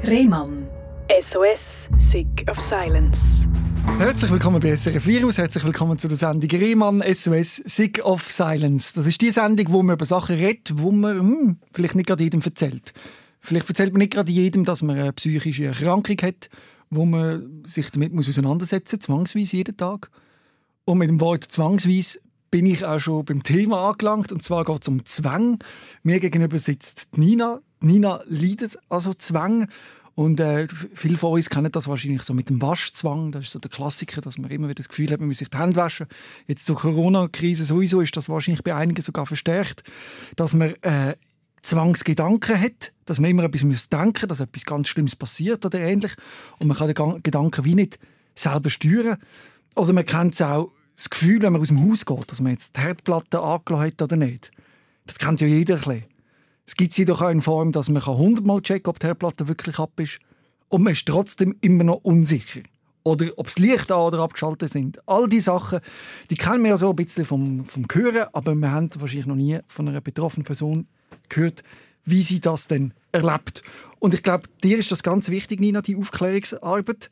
Rehmann. SOS, Sick of Silence. Herzlich willkommen bei SRF Virus, herzlich willkommen zu der Sendung Rehmann, SOS, Sick of Silence. Das ist die Sendung, wo man über Sachen redet, wo man vielleicht nicht gerade jedem erzählt. Vielleicht erzählt man nicht gerade jedem, dass man eine psychische Erkrankung hat, wo man sich damit auseinandersetzen muss, zwangsweise jeden Tag. Und mit dem Wort zwangsweise bin ich auch schon beim Thema angelangt, und zwar geht es um Zwang. Mir gegenüber sitzt Nina. Nina leidet also Zwang. Und viele von uns kennen das wahrscheinlich so mit dem Waschzwang. Das ist so der Klassiker, dass man immer wieder das Gefühl hat, man muss sich die Hände waschen. Jetzt zur Corona-Krise sowieso ist das wahrscheinlich bei einigen sogar verstärkt, dass man Zwangsgedanken hat, dass man immer etwas denken muss, dass etwas ganz Schlimmes passiert oder ähnlich. Und man kann den Gedanken wie nicht selber steuern. Oder man kennt auch das Gefühl, wenn man aus dem Haus geht, dass man jetzt die Herdplatte angelassen hat oder nicht. Das kennt ja jeder ein bisschen. Es gibt sie doch auch in Form, dass man 100-mal checken kann, ob die Herdplatte wirklich ab ist. Und man ist trotzdem immer noch unsicher. Oder ob das Licht an- oder abgeschaltet sind. All diese Sachen, die kennen wir ja so ein bisschen vom Hören, aber wir haben wahrscheinlich noch nie von einer betroffenen Person gehört, wie sie das denn erlebt. Und ich glaube, dir ist das ganz wichtig, Nina, die Aufklärungsarbeit.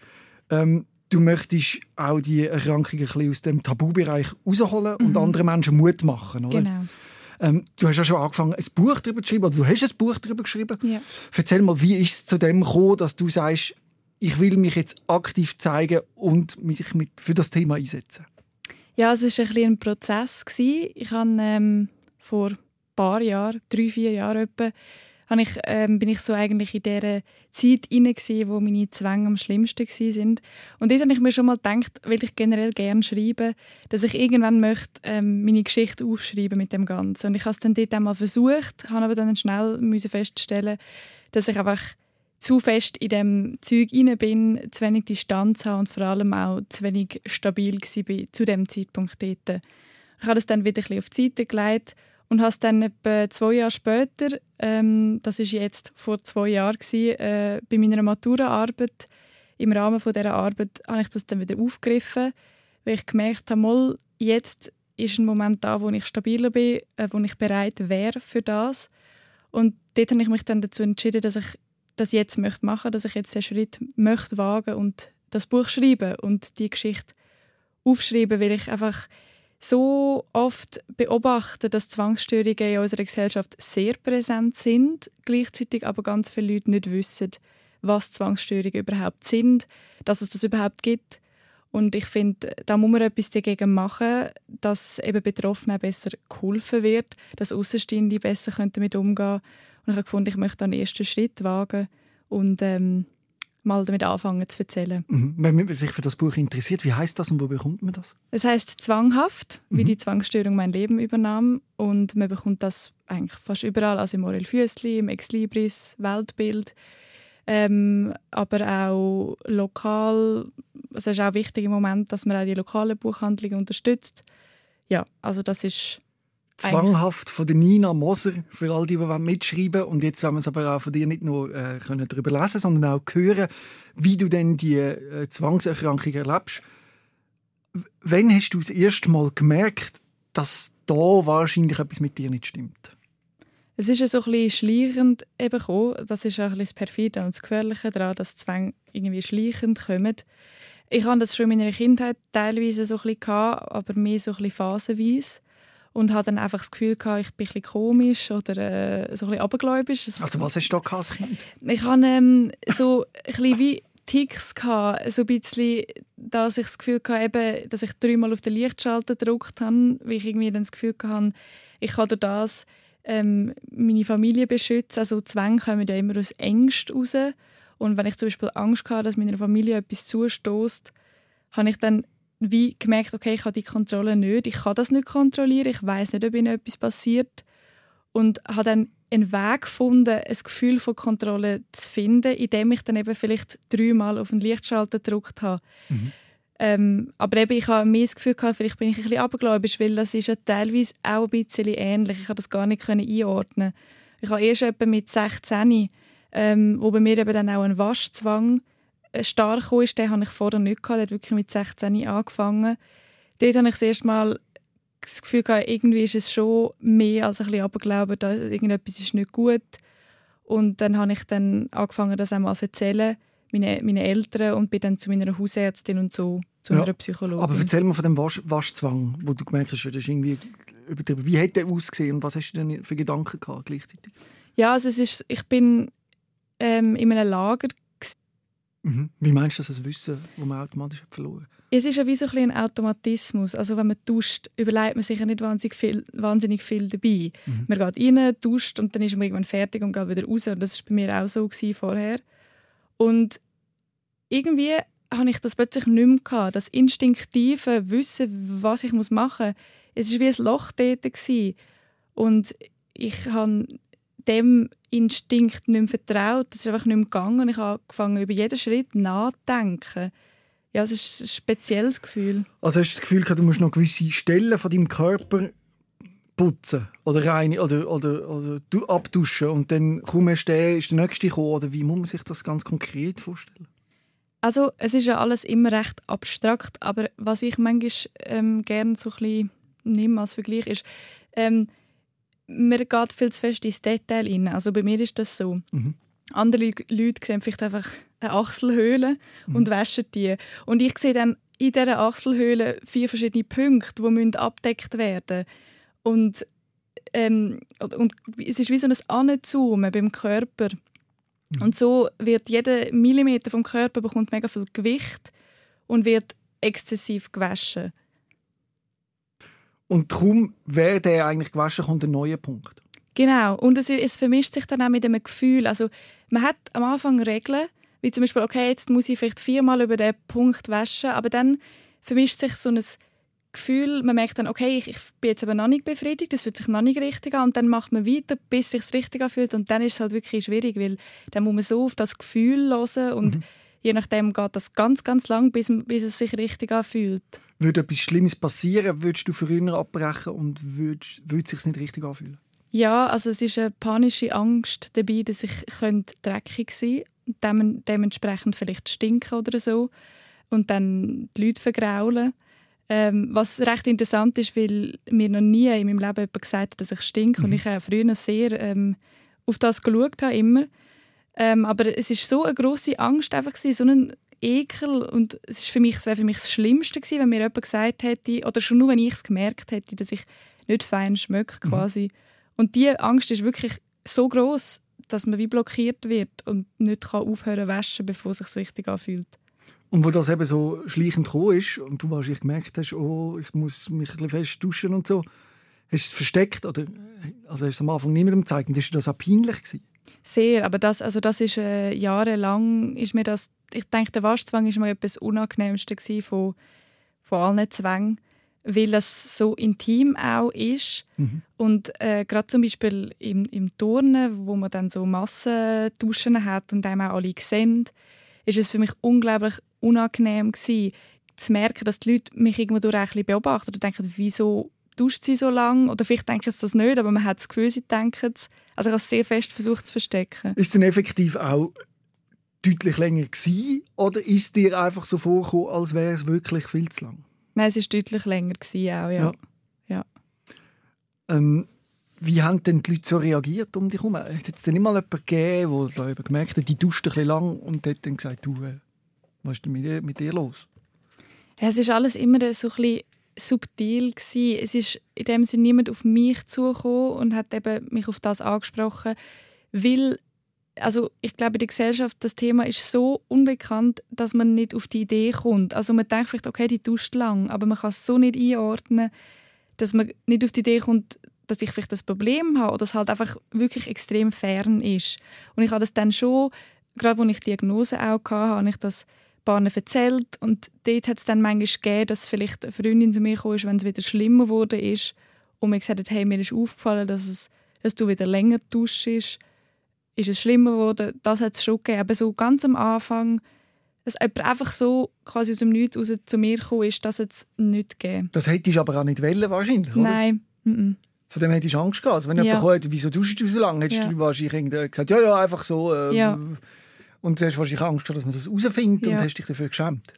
Du möchtest auch die Erkrankung ein bisschen aus dem Tabubereich rausholen und anderen Menschen Mut machen, oder? Genau. Du hast ja schon angefangen, ein Buch darüber zu schreiben, oder du hast ein Buch darüber geschrieben. Ja. Erzähl mal, wie ist es zu dem gekommen, dass du sagst, ich will mich jetzt aktiv zeigen und mich für das Thema einsetzen? Ja, es war ein Prozess. Ich habe vor ein paar Jahren, 3-4 Jahren etwa, bin ich so eigentlich in dieser Zeit hinein, wo meine Zwänge am schlimmsten waren. Und dort habe ich mir schon mal gedacht, weil ich generell gerne schreibe, dass ich irgendwann möchte, meine Geschichte aufschreiben mit dem Ganzen. Und ich habe es dann dort einmal versucht, habe aber dann schnell feststellen, dass ich einfach zu fest in dem Zeug rein bin, zu wenig Distanz habe und vor allem auch zu wenig stabil war zu dem Zeitpunkt dort. Ich habe das dann wieder ein bisschen auf die Seite gelegt und habe es dann etwa 2 Jahre später, das war jetzt vor 2 Jahren, bei meiner Maturaarbeit, im Rahmen dieser Arbeit, habe ich das dann wieder aufgegriffen, weil ich gemerkt habe, mal, jetzt ist ein Moment da, wo ich stabiler bin, wo ich bereit wäre für das. Und dort habe ich mich dann dazu entschieden, dass ich das jetzt machen möchte, dass ich jetzt den Schritt möchte wagen und das Buch schreiben und die Geschichte aufschreiben, weil ich einfach so oft beobachte, dass Zwangsstörungen in unserer Gesellschaft sehr präsent sind, gleichzeitig aber ganz viele Leute nicht wissen, was Zwangsstörungen überhaupt sind, dass es das überhaupt gibt. Und ich finde, da muss man etwas dagegen machen, dass eben Betroffenen besser geholfen wird, dass Außenstehende besser damit umgehen können. Und ich habe gefunden, ich möchte einen ersten Schritt wagen und mal damit anfangen zu erzählen. Wenn man sich für das Buch interessiert, wie heisst das und wo bekommt man das? Es heisst «Zwanghaft», wie die Zwangsstörung mein Leben übernahm. Und man bekommt das eigentlich fast überall, also im Aurel Füssli, im Exlibris, Weltbild, aber auch lokal. Es ist auch wichtig im Moment, dass man auch die lokalen Buchhandlungen unterstützt. Ja, also das ist Zwanghaft von der Nina Moser, für all die mitschreiben wollen. Und jetzt wollen wir es aber auch von dir nicht nur darüber lesen, sondern auch hören, wie du denn die Zwangserkrankung erlebst. Wann hast du das erste Mal gemerkt, dass da wahrscheinlich etwas mit dir nicht stimmt? Es ist ja so ein bisschen schleichend eben gekommen. Das ist auch ein bisschen das Perfide und das Gefährliche daran, dass Zwänge irgendwie schleichend kommen. Ich hatte das schon in meiner Kindheit teilweise so ein bisschen gehabt, aber mehr so ein bisschen phasenweise. Und hatte dann einfach das Gefühl, ich bin ein bisschen komisch oder so ein bisschen abergläubisch. Also was hast du da als Kind? Ich hatte so ein bisschen wie Ticks gehabt, so ein bisschen, dass ich das Gefühl hatte, dass ich 3-mal auf den Lichtschalter gedrückt habe, weil ich irgendwie dann das Gefühl hatte, ich kann durch das meine Familie beschützen. Also Zwänge kommen ja immer aus Ängsten raus. Und wenn ich zum Beispiel Angst hatte, dass meiner Familie etwas zustößt, habe ich dann wie gemerkt, okay, ich habe die Kontrolle nicht, ich kann das nicht kontrollieren, ich weiß nicht, ob ihnen etwas passiert. Und habe dann einen Weg gefunden, ein Gefühl von Kontrolle zu finden, indem ich dann eben vielleicht 3-mal auf den Lichtschalter gedrückt habe. Aber eben, ich habe mehr das Gefühl gehabt, vielleicht bin ich ein bisschen abergläubisch, weil das ist ja teilweise auch ein bisschen ähnlich. Ich konnte das gar nicht einordnen. Ich habe erst etwa mit 16, wo bei mir eben dann auch ein Waschzwang stark ist, den habe ich vorher nicht gehabt. Der hat wirklich mit 16 angefangen. Dort habe ich das erste Mal das Gefühl gehabt, irgendwie ist es schon mehr als ein bisschen Aberglauben, da irgendetwas ist nicht gut. Und dann habe ich dann angefangen, das einmal zu erzählen, meinen Eltern, und bin dann zu meiner Hausärztin und so, zu einer Psychologin. Aber erzähl mal von dem Waschzwang, wo du gemerkt hast, das ist irgendwie übertrieben. Wie hat der ausgesehen und was hast du denn für Gedanken gehabt gleichzeitig? Ja, also ich bin in einem Lager. Wie meinst du das Wissen, das man automatisch hat verloren? Es ist ja wie so ein Automatismus. Also wenn man duscht, überlegt man sich ja nicht wahnsinnig viel dabei. Man geht rein, duscht und dann ist man irgendwann fertig und geht wieder raus. Und das war bei mir auch so vorher. Und irgendwie habe ich das plötzlich nicht mehr gehabt. Das instinktive Wissen, was ich machen muss. Es war wie ein Loch dort. Und ich habe dem Instinkt nicht mehr vertraut. Das ist einfach nicht mehr gegangen. Und ich habe angefangen, über jeden Schritt nachzudenken. Ja, es ist ein spezielles Gefühl. Also hast du das Gefühl gehabt, du musst noch gewisse Stellen von deinem Körper putzen oder rein oder abduschen und dann kaum ist der nächste gekommen? Oder wie muss man sich das ganz konkret vorstellen? Also es ist ja alles immer recht abstrakt, aber was ich manchmal gerne so ein bisschen nehme als Vergleich ist, man geht viel zu fest ins Detail rein. Also bei mir ist das so. Andere Leute sehen vielleicht einfach eine Achselhöhle und waschen die. Und ich sehe dann in dieser Achselhöhle 4 verschiedene Punkte, die abgedeckt werden müssen. Und es ist wie so ein Anzoomen beim Körper. Und so wird jeder Millimeter vom Körper bekommt mega viel Gewicht und wird exzessiv gewaschen. Und kaum wäre der eigentlich gewaschen, kommt ein neuer Punkt. Genau. Und es vermischt sich dann auch mit einem Gefühl. Also man hat am Anfang Regeln, wie zum Beispiel, okay, jetzt muss ich vielleicht 4-mal über diesen Punkt waschen, aber dann vermischt sich so ein Gefühl, man merkt dann, okay, ich bin jetzt aber noch nicht befriedigt, das fühlt sich noch nicht richtig an, und dann macht man weiter, bis es sich richtig anfühlt, und dann ist es halt wirklich schwierig, weil dann muss man so auf das Gefühl hören und je nachdem geht das ganz, ganz lang, bis es sich richtig anfühlt. Würde etwas Schlimmes passieren, würdest du früher abbrechen und würde es sich nicht richtig anfühlen? Ja, also es ist eine panische Angst dabei, dass ich dreckig sein könnte, dementsprechend vielleicht stinken oder so und dann die Leute vergraulen. Was recht interessant ist, weil mir noch nie in meinem Leben jemand gesagt hat, dass ich stinke. Und ich habe früher sehr auf das geschaut, immer. Aber es war so eine grosse Angst, einfach so ein Ekel. Und es wäre für mich das Schlimmste gewesen, wenn mir jemand gesagt hätte, oder schon nur, wenn ich es gemerkt hätte, dass ich nicht fein schmecke, quasi. Und diese Angst ist wirklich so gross, dass man wie blockiert wird und nicht aufhören zu waschen, bevor es sich richtig anfühlt. Und wo das eben so schleichend gekommen ist und du wahrscheinlich gemerkt hast, oh, ich muss mich ein bisschen fest duschen und so, hast du es versteckt oder hast du es am Anfang niemandem gezeigt? Und ist das auch peinlich gewesen? Sehr, aber das ist jahrelang ist mir das, ich denke, der Waschzwang war mir etwas Unangenehmste von allen Zwängen, weil das so intim auch ist. Und gerade zum Beispiel im Turnen, wo man dann so Massenduschen hat und einem auch alle sehen, ist es für mich unglaublich unangenehm gewesen, zu merken, dass die Leute mich irgendwo ein bisschen beobachten oder denken, wieso duscht sie so lange? Oder vielleicht denken sie das nicht, aber man hat das Gefühl, sie denken es. Also ich habe es sehr fest versucht zu verstecken. Ist es denn effektiv auch deutlich länger gewesen, oder ist es dir einfach so vorgekommen, als wäre es wirklich viel zu lang? Nein, es war deutlich länger gewesen, auch, ja. Wie haben denn die Leute so reagiert um dich herum? Hat es denn nicht mal jemanden gegeben, der gemerkt hat, die duscht ein bisschen lang und hat dann gesagt, du, was ist denn mit dir los? Ja, es war alles immer so ein bisschen subtil gewesen. Es ist in dem Sinne niemand auf mich zugekommen und hat eben mich auf das angesprochen, weil also ich glaube, in der Gesellschaft das Thema ist so unbekannt, dass man nicht auf die Idee kommt. Also man denkt vielleicht, okay, die duscht lang, aber man kann es so nicht einordnen, dass man nicht auf die Idee kommt, dass ich vielleicht das Problem habe oder es halt einfach wirklich extrem fern ist. Und ich habe das dann schon, gerade als ich die Diagnose auch hatte, habe ich das Paaren erzählt und dort hat es dann manchmal gegeben, dass vielleicht eine Freundin zu mir kam, wenn es wieder schlimmer geworden ist und mir gesagt hat, hey, mir ist aufgefallen, dass du wieder länger duschst, ist es schlimmer geworden. Das hat es schon gegeben. Aber so ganz am Anfang, dass jemand einfach so quasi aus dem Nichts raus zu mir gekommen ist, das hat es nicht gegeben. Das hättest du aber auch nicht wollen, wahrscheinlich, oder? Nein. Von dem hättest du Angst gehabt. Also wenn jemand kommt, wieso duschst du so lange, hättest du wahrscheinlich gesagt, ja, einfach so. Und du hast wahrscheinlich Angst gehabt, dass man das herausfindet und hast dich dafür geschämt.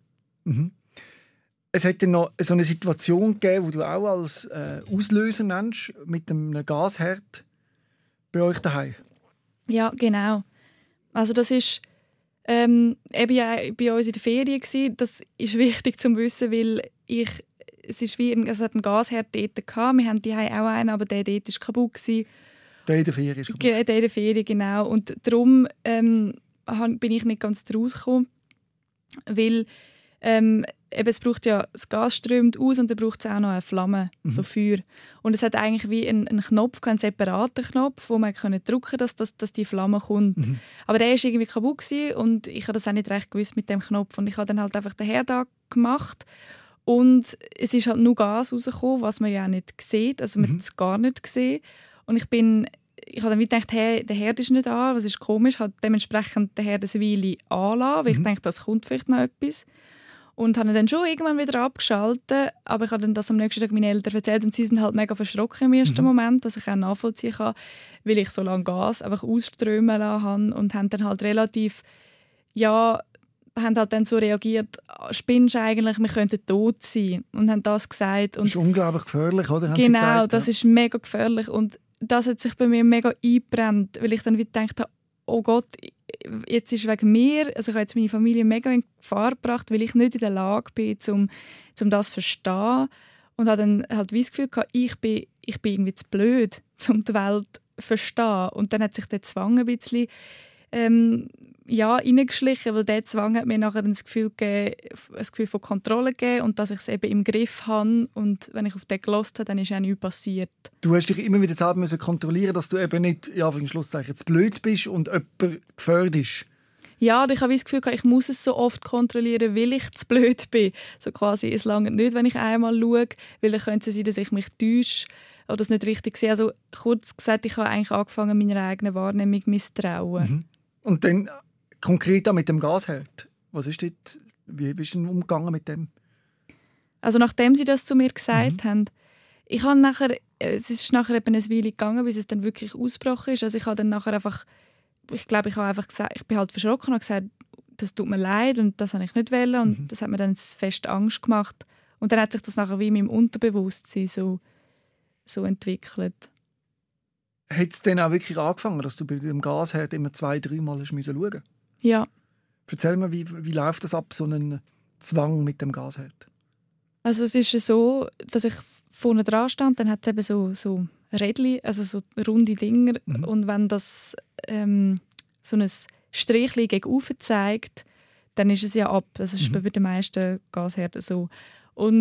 Es hat dann noch so eine Situation gegeben, die du auch als Auslöser nennst, mit einem Gasherd bei euch daheim. Ja, genau. Also das ist eben ja bei uns in der Ferien gewesen. Das ist wichtig zu wissen, weil es ist wie es hat einen Gasherd dort gehabt. Wir haben die auch einen, aber der dort ist kaputt gewesen. Der in der Ferien ist kaputt. Der in der Ferien, genau. Und darum bin ich nicht ganz draus gekommen, weil eben, es braucht ja, das Gas strömt aus und dann braucht es auch noch eine Flamme, so Feuer. Und es hat eigentlich wie einen Knopf, einen separaten Knopf, wo man drücken konnte, dass die Flamme kommt. Aber der war irgendwie kaputt gewesen und ich habe das auch nicht recht gewusst mit dem Knopf. Und ich habe dann halt einfach den Herd angemacht und es ist halt nur Gas rausgekommen, was man ja auch nicht sieht, also man hat es gar nicht gesehen. Und ich habe dann gedacht, hey, der Herd ist nicht an, das ist komisch, habe dementsprechend den Herd eine Weile anlassen, weil ich dachte, das kommt vielleicht noch etwas. Und habe ihn dann schon irgendwann wieder abgeschaltet, aber ich habe dann das am nächsten Tag meinen Eltern erzählt und sie sind halt mega verschrocken im ersten Moment, dass ich auch nachvollziehen kann, weil ich so lange Gas einfach ausströmen lassen habe und haben dann halt relativ, haben halt dann so reagiert, spinnst du eigentlich, wir könnten tot sein und haben das gesagt. Und das ist unglaublich gefährlich, oder? Haben genau, sie gesagt, das ist mega gefährlich und das hat sich bei mir mega eingebrannt, weil ich dann wieder gedacht habe, oh Gott, jetzt ist wegen mir, also ich habe jetzt meine Familie mega in Gefahr gebracht, weil ich nicht in der Lage bin, um das zu verstehen. Und habe dann halt wie das Gefühl gehabt, ich bin irgendwie zu blöd, um die Welt zu verstehen. Und dann hat sich der Zwang ein bisschen reingeschlichen, weil der Zwang hat mir nachher das Gefühl von Kontrolle gegeben und dass ich es eben im Griff habe. Und wenn ich auf den gehört habe, dann ist auch nichts passiert. Du hast dich immer wieder selber kontrollieren, dass du eben nicht, ja, für den Schlusszeichen, zu blöd bist und jemand gefährdet ist. Ja, ich habe das Gefühl, ich muss es so oft kontrollieren, weil ich zu blöd bin. So quasi, es langt nicht, wenn ich einmal schaue, weil dann könnte es sein, dass ich mich täusche oder es nicht richtig sehe. Also kurz gesagt, ich habe eigentlich angefangen, meiner eigenen Wahrnehmung zu misstrauen. Und dann konkret auch mit dem Gasherd. Wie bist du denn umgegangen mit dem? Also nachdem sie das zu mir gesagt haben, es ist nachher eben eine Weile gegangen, bis es dann wirklich ausgebrochen ist. Also ich habe dann nachher einfach, ich glaube, ich habe einfach gesagt, ich bin halt verschrocken und habe gesagt, das tut mir leid und das habe ich nicht wollen und das hat mir dann fest Angst gemacht. Und dann hat sich das nachher wie in meinem Unterbewusstsein so entwickelt. Hat es dann auch wirklich angefangen, dass du bei dem Gasherd immer 2-3 Mal schauen musst? Ja. Erzähl mir, wie läuft das ab, so einen Zwang mit dem Gasherd? Also es ist so, dass ich vorne dran stand, dann hat es eben so Rädchen, also so runde Dinger. Und wenn das so ein Strichchen gegen zeigt, dann ist es ja ab. Das ist bei den meisten Gasherden so. Und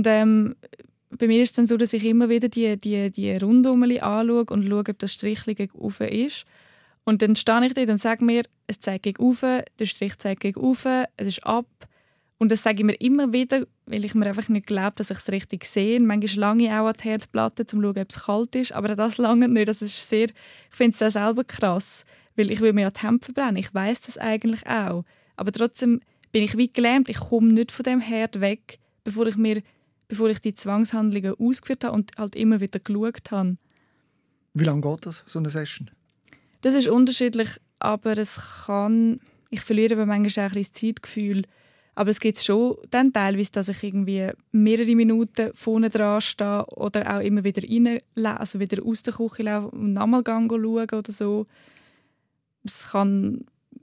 bei mir ist es dann so, dass ich immer wieder die Rundumeli anschaue und schaue, ob das Strichchen gegen ist. Und dann stehe ich dort und sage mir, es zeigt gegen der Strich zeigt gegen es ist ab. Und das sage ich mir immer wieder, weil ich mir einfach nicht glaube, dass ich es richtig sehe. Manchmal lange ich auch an die Herdplatte, um zu schauen, ob es kalt ist. Aber das lange nicht. Das ist ich finde es auch selber krass, weil ich will mir ja die Hände verbrennen. Ich weiss das eigentlich auch. Aber trotzdem bin ich wie gelähmt. Ich komme nicht von dem Herd weg, bevor ich die Zwangshandlungen ausgeführt habe und halt immer wieder geschaut habe. Wie lange geht das, so eine Session? Das ist unterschiedlich, aber ich verliere aber manchmal auch ein bisschen das Zeitgefühl. Aber es gibt schon dann teilweise, dass ich irgendwie mehrere Minuten vorne dran stehe oder auch immer wieder also wieder aus der Küche laufe und nochmal schauen oder so. Es kann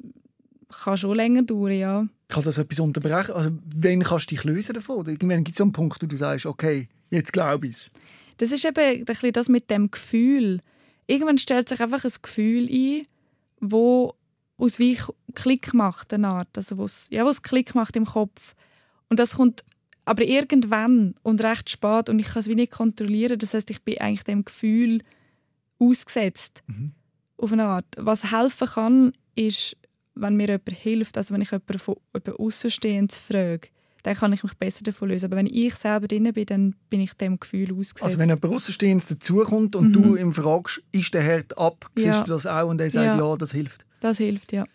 schon länger dauern, ja. Kann das etwas unterbrechen? Also, wann kannst du dich lösen davon? Oder irgendwann gibt es so einen Punkt, wo du sagst, okay, jetzt glaube ich es. Das ist eben ein bisschen das mit dem Gefühl. Irgendwann stellt sich einfach ein Gefühl ein, wo aus wie Klick macht, eine Art. Also was Klick macht im Kopf. Und das kommt aber irgendwann und recht spät und ich kann es wie nicht kontrollieren. Das heisst, ich bin eigentlich dem Gefühl ausgesetzt. Auf eine Art. Was helfen kann, ist, wenn mir jemand hilft, also wenn ich jemanden von Aussenstehend frage, dann kann ich mich besser davon lösen. Aber wenn ich selber drin bin, dann bin ich dem Gefühl ausgesetzt. Also wenn jemand Aussenstehendes dazukommt und du ihm fragst, ist der Herd ab, siehst du das auch? Und er sagt, ja, das hilft. Das hilft, ja.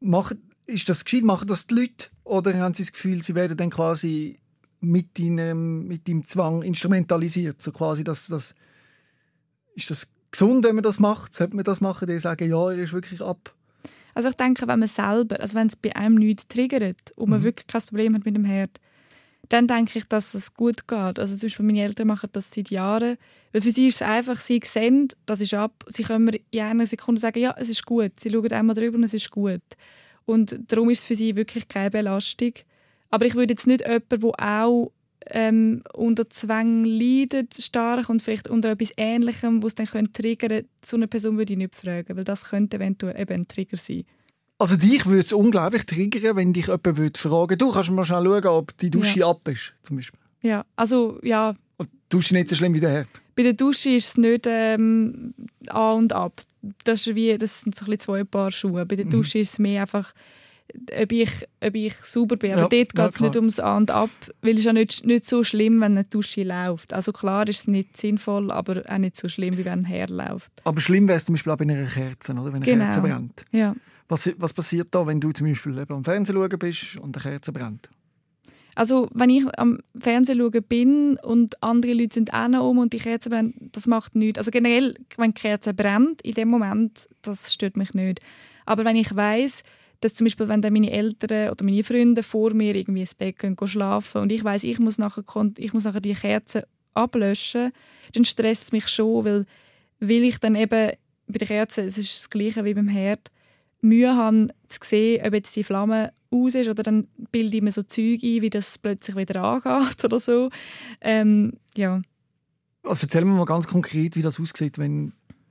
Ist das gescheit? Machen das die Leute? Oder haben sie das Gefühl, sie werden dann quasi mit deinem Zwang instrumentalisiert? So quasi, ist das gesund, wenn man das macht? Sollte man das machen, die sagen, ja, er ist wirklich ab? Also ich denke, wenn es bei einem nichts triggert und man wirklich kein Problem hat mit dem Herd, dann denke ich, dass es gut geht. Also zum Beispiel meine Eltern machen das seit Jahren. Weil für sie ist es einfach, sie sehen, das ist ab. Sie können mir in einer Sekunde sagen, ja, es ist gut. Sie schauen einmal drüber und es ist gut. Und darum ist es für sie wirklich keine Belastung. Aber ich würde jetzt nicht jemanden, der auch unter Zwang leidet, stark und vielleicht unter etwas Ähnlichem, was es dann triggern könnte, so eine Person würde ich nicht fragen, weil das könnte eventuell eben ein Trigger sein. Also dich würde es unglaublich triggern, wenn dich jemand würde fragen, du kannst mal schnell schauen, ob die Dusche ab ist, zum Beispiel. Ja, also ja. Und die Dusche nicht so schlimm wie der Herd? Bei der Dusche ist es nicht an und ab. Das sind so ein bisschen zwei Paar Schuhe. Bei der Dusche ist es mehr einfach, ob ich sauber bin. Aber dort geht es nicht ums An und Ab, weil es ist ja nicht so schlimm, wenn eine Dusche läuft. Also klar ist es nicht sinnvoll, aber auch nicht so schlimm, wie wenn ein Herd läuft. Aber schlimm wäre es zum Beispiel auch bei einer Kerze, oder? Wenn eine Kerze brennt. Ja. Was passiert da, wenn du zum Beispiel am Fernsehen schauen bist und eine Kerze brennt? Also wenn ich am Fernsehen schauen bin und andere Leute sind auch noch und die Kerze brennt, das macht nichts. Also generell, wenn die Kerze brennt, in dem Moment, das stört mich nicht. Aber wenn ich weiss, dass zum Beispiel, wenn dann meine Eltern oder meine Freunde vor mir irgendwie ins Bett gehen schlafen und ich weiss, ich muss nachher die Kerze ablöschen, dann stresst es mich schon, weil ich dann eben bei der Kerze, es ist das Gleiche wie beim Herd, Mühe habe zu sehen, ob jetzt die Flamme aus ist oder dann bilde ich mir so Zeug ein, wie das plötzlich wieder angeht oder so. Ja. Also erzähl mir mal ganz konkret, wie das aussieht, wenn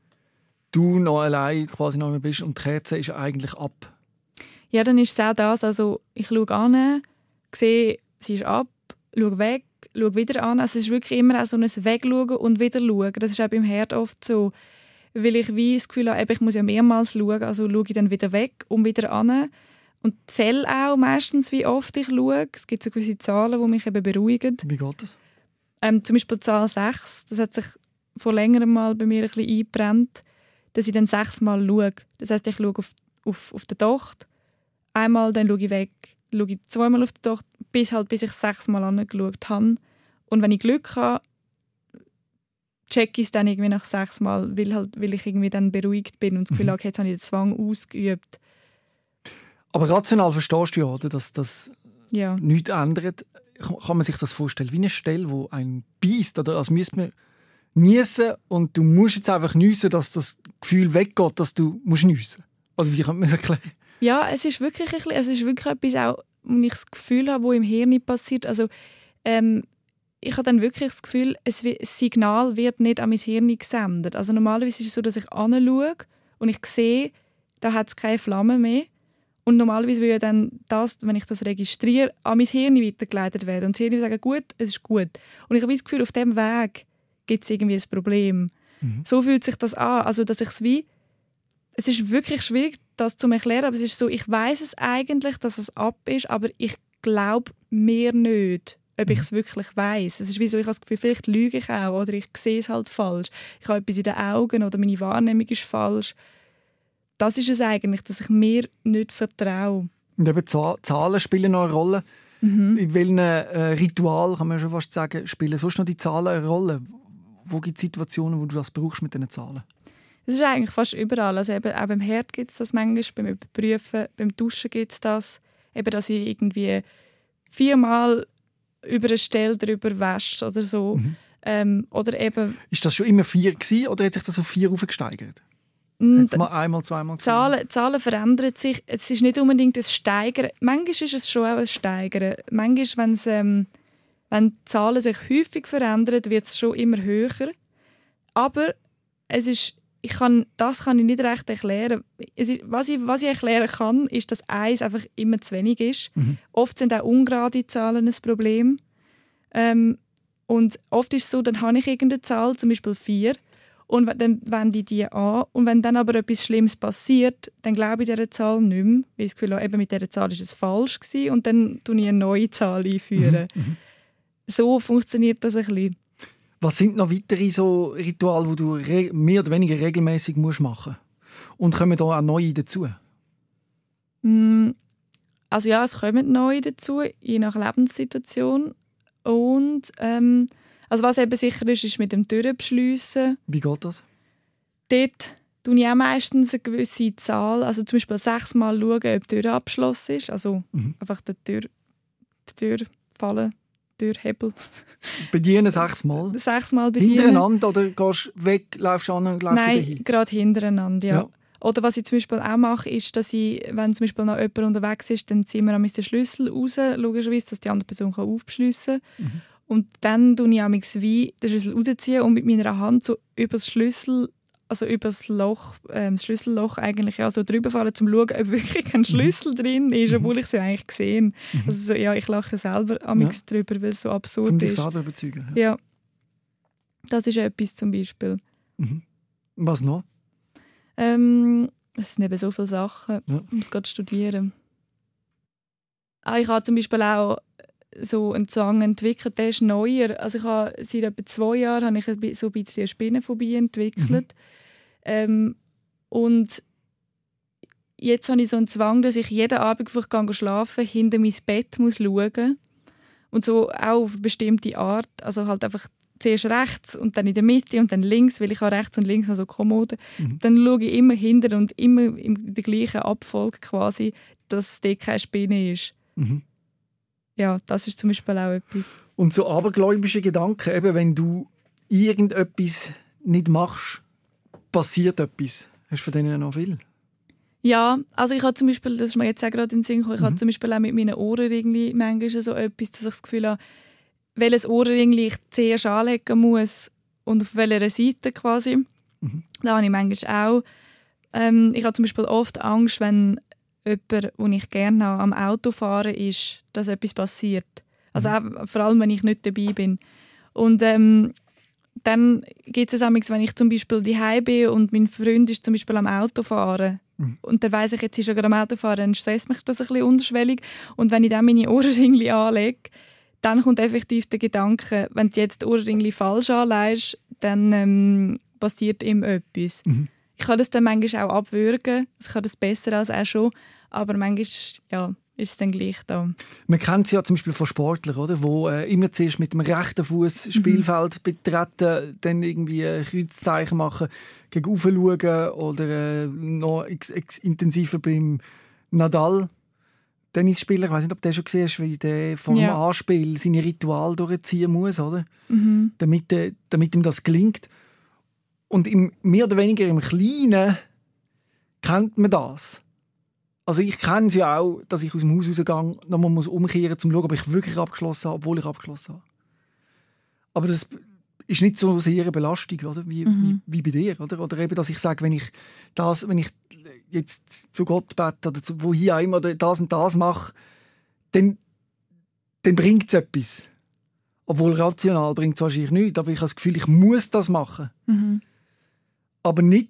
du noch allein quasi noch bist und die Kerze ist eigentlich ab. Ja, dann ist es auch das. Also ich schaue an, sehe, sie ist ab, schaue weg, schaue wieder an. Also es ist wirklich immer auch so ein Wegschauen und wieder schauen. Das ist auch beim Herd oft so. Weil ich wie das Gefühl habe, ich muss ja mehrmals schauen, also schaue ich dann wieder weg und wieder an. Und zähle auch meistens, wie oft ich schaue. Es gibt so gewisse Zahlen, die mich eben beruhigen. Wie geht das? Zum Beispiel die Zahl 6. Das hat sich vor längerem mal bei mir ein bisschen eingebrannt, dass ich dann 6 Mal schaue. Das heisst, ich schaue auf den Docht, einmal, dann schaue ich weg, schaue ich 2 Mal auf den Docht, bis ich 6 Mal angeschaut habe. Und wenn ich Glück habe, checke ich es dann irgendwie nach 6 Mal, weil ich irgendwie dann beruhigt bin und das Gefühl habe, jetzt habe ich den Zwang ausgeübt. Aber rational verstehst du ja, oder, dass das nichts ändert. Kann man sich das vorstellen wie eine Stelle, wo ein beißt, oder als müsste man niesen und du musst jetzt einfach niesen, dass das Gefühl weggeht, dass du niesen musst? Oder wie kann man das erklären? Ja, es ist wirklich etwas, auch, wo ich das Gefühl habe, wo im Hirn passiert. Also, ich habe dann wirklich das Gefühl, das Signal wird nicht an mein Hirn gesendet. Also normalerweise ist es so, dass ich anschaue und ich sehe, da hat es keine Flamme mehr. Und normalerweise würde dann das, wenn ich das registriere, an mein Hirn weitergeleitet werden. Und das Hirn würde sagen, gut, es ist gut. Und ich habe das Gefühl, auf diesem Weg gibt es irgendwie ein Problem. So fühlt sich das an. Also, dass ich es ist wirklich schwierig, das zu erklären, aber es ist so, ich weiss es eigentlich, dass es ab ist, aber ich glaube mir nicht, ob ich es wirklich weiss. Es ist wie so, ich habe das Gefühl, vielleicht lüge ich auch oder ich sehe es halt falsch. Ich habe etwas in den Augen oder meine Wahrnehmung ist falsch. Das ist es eigentlich, dass ich mir nicht vertraue. Und eben Zahlen spielen noch eine Rolle. In welchem Ritual, kann man schon fast sagen, spielen sonst noch die Zahlen eine Rolle? Wo gibt es Situationen, wo du das brauchst mit diesen Zahlen? Es ist eigentlich fast überall. Also eben, auch beim Herd gibt es das manchmal, beim Überprüfen, beim Duschen gibt es das. Eben, dass ich irgendwie 4-mal über eine Stelle drüber wasche oder so. Oder eben, ist das schon immer 4 gewesen, oder hat sich das auf 4 aufgesteigert? Mal einmal, zweimal Zahlen verändern sich. Es ist nicht unbedingt ein Steigern. Manchmal ist es schon auch ein Steigern. Manchmal, wenn die Zahlen sich häufig verändern, wird es schon immer höher. Aber das kann ich nicht recht erklären. Was ich erklären kann, ist, dass 1 einfach immer zu wenig ist. Oft sind auch ungerade Zahlen ein Problem. Und oft ist es so, dann habe ich irgendeine Zahl, zum Beispiel 4, und dann wende ich die an. Und wenn dann aber etwas Schlimmes passiert, dann glaube ich dieser Zahl nicht mehr. Weil ich das Gefühl habe, eben mit dieser Zahl war es falsch gewesen, und dann führe ich eine neue Zahl einführen. So funktioniert das ein bisschen. Was sind noch weitere so Rituale, die du mehr oder weniger regelmäßig machen musst? Und kommen da auch neue dazu? Also ja, es kommen neue dazu, je nach Lebenssituation. Und also was eben sicher ist mit dem Türen beschliessen. Wie geht das? Dort schaue ich auch meistens eine gewisse Zahl, also zum Beispiel 6 Mal schauen, ob die Tür abgeschlossen ist. Also einfach die Tür fallen Türhebel. Bedienen 6 Mal? 6 Mal bedienen. Hintereinander oder gehst du weg, läufst an und läufst wieder hin? Nein, gerade hintereinander, ja. Ja. Oder was ich zum Beispiel auch mache, ist, dass ich, wenn zum Beispiel noch jemand unterwegs ist, dann ziehen wir den Schlüssel raus, logischerweise, dass die andere Person aufschliessen kann. Mhm. Und dann tue ich amigs wie den Schlüssel rausziehen und mit meiner Hand so über das Schlüssel, also über das Loch, das Schlüsselloch eigentlich so drüber fahren, um zu schauen, ob wirklich ein Schlüssel drin ist, obwohl ich es ja eigentlich gesehen. Also ja, ich lache selber amigs drüber, weil es so absurd ist. Um dich selber überzeugen. Ja. Das ist etwas zum Beispiel. Mhm. Was noch? Es sind eben so viele Sachen. Ja. Ich muss gerade studieren. Ich habe zum Beispiel auch so einen Zwang entwickelt, der ist neuer. Also ich habe, seit etwa 2 Jahren habe ich so ein bisschen eine Spinnenphobie entwickelt. Und jetzt habe ich so einen Zwang, dass ich jeden Abend, bevor ich schlafen gehe, hinter mein Bett muss schauen. Und so auch auf eine bestimmte Art. Also halt einfach zuerst rechts und dann in der Mitte und dann links, weil ich habe rechts und links noch so Kommoden. Dann schaue ich immer hinter und immer in der gleichen Abfolge quasi, dass dort keine Spinne ist. Mhm. Ja, das ist zum Beispiel auch etwas. Und so abergläubische Gedanken, eben wenn du irgendetwas nicht machst, passiert etwas. Hast du von denen noch viel? Ja, also ich habe zum Beispiel, das ist mir jetzt auch gerade in den Sinn gekommen, ich habe zum Beispiel auch mit meinen Ohrringen manchmal so etwas, dass ich das Gefühl habe, welches Ohrringli ich zuerst anlegen muss und auf welcher Seite quasi. Da habe ich manchmal auch. Ich habe zum Beispiel oft Angst, wenn jemand, den ich gerne habe, am Auto fahren ist, dass etwas passiert. Also auch, vor allem, wenn ich nicht dabei bin. Und dann gibt es manchmal, wenn ich zum Beispiel daheim bin und mein Freund ist zum Beispiel am Autofahren und dann weiss ich, jetzt ist er gerade am Autofahren, dann stresst mich das ein bisschen unterschwellig. Und wenn ich dann meine Ohrringli anlege, dann kommt effektiv der Gedanke, wenn du jetzt die Ohrringli falsch anlegst, dann passiert ihm etwas. Ich kann das dann manchmal auch abwürgen, ich kann das besser als er schon, aber manchmal ja, ist es dann gleich da. Man kennt es ja zum Beispiel von Sportlern, oder? Wo immer zuerst mit dem rechten Fuß Spielfeld betreten, dann irgendwie Kreuzzeichen machen, gegen rauf schauen oder noch intensiver beim Nadal. Tennisspieler, ich weiß nicht, ob du schon gesehen hast, wie der vor dem Anspiel seine Ritual durchziehen muss, oder? Damit ihm das gelingt. Und mehr oder weniger im Kleinen kennt man das. Also ich kenne es ja auch, dass ich aus dem Haus rausgehe, nochmal umkehren muss, um zu schauen, ob ich wirklich abgeschlossen habe, obwohl ich abgeschlossen habe. Aber das ist nicht so sehr eine Belastung, oder? Wie bei dir. Oder eben, dass ich sage, wenn ich jetzt zu Gott bete oder wo hier immer das und das mache, dann bringt es etwas. Obwohl rational bringt es wahrscheinlich nichts, aber ich habe das Gefühl, ich muss das machen. Aber nicht,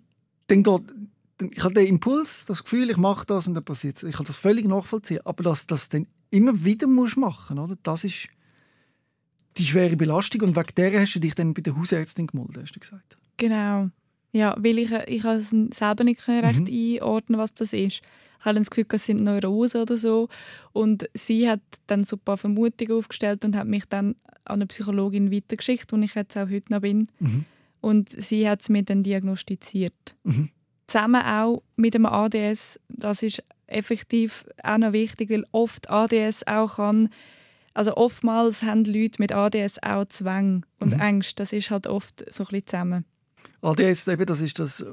ich habe den Impuls, das Gefühl, ich mache das und dann passiert es. Ich kann das völlig nachvollziehen. Aber dass das dann immer wieder machen musst, oder? Das ist die schwere Belastung. Und wegen der hast du dich dann bei der Hausärztin gemeldet, hast du gesagt. Genau. Ja, weil ich habe es selber nicht recht einordnen, was das ist. Ich habe das Gefühl, es sind Neurosen oder so. Und sie hat dann so ein paar Vermutungen aufgestellt und hat mich dann an eine Psychologin weitergeschickt, wo ich jetzt auch heute noch bin. Und sie hat es mir dann diagnostiziert. Zusammen auch mit dem ADS, das ist effektiv auch noch wichtig, weil oft ADS auch kann, also oftmals haben Leute mit ADS auch Zwänge und Ängste, das ist halt oft so ein bisschen zusammen. ADS, eben, das ist das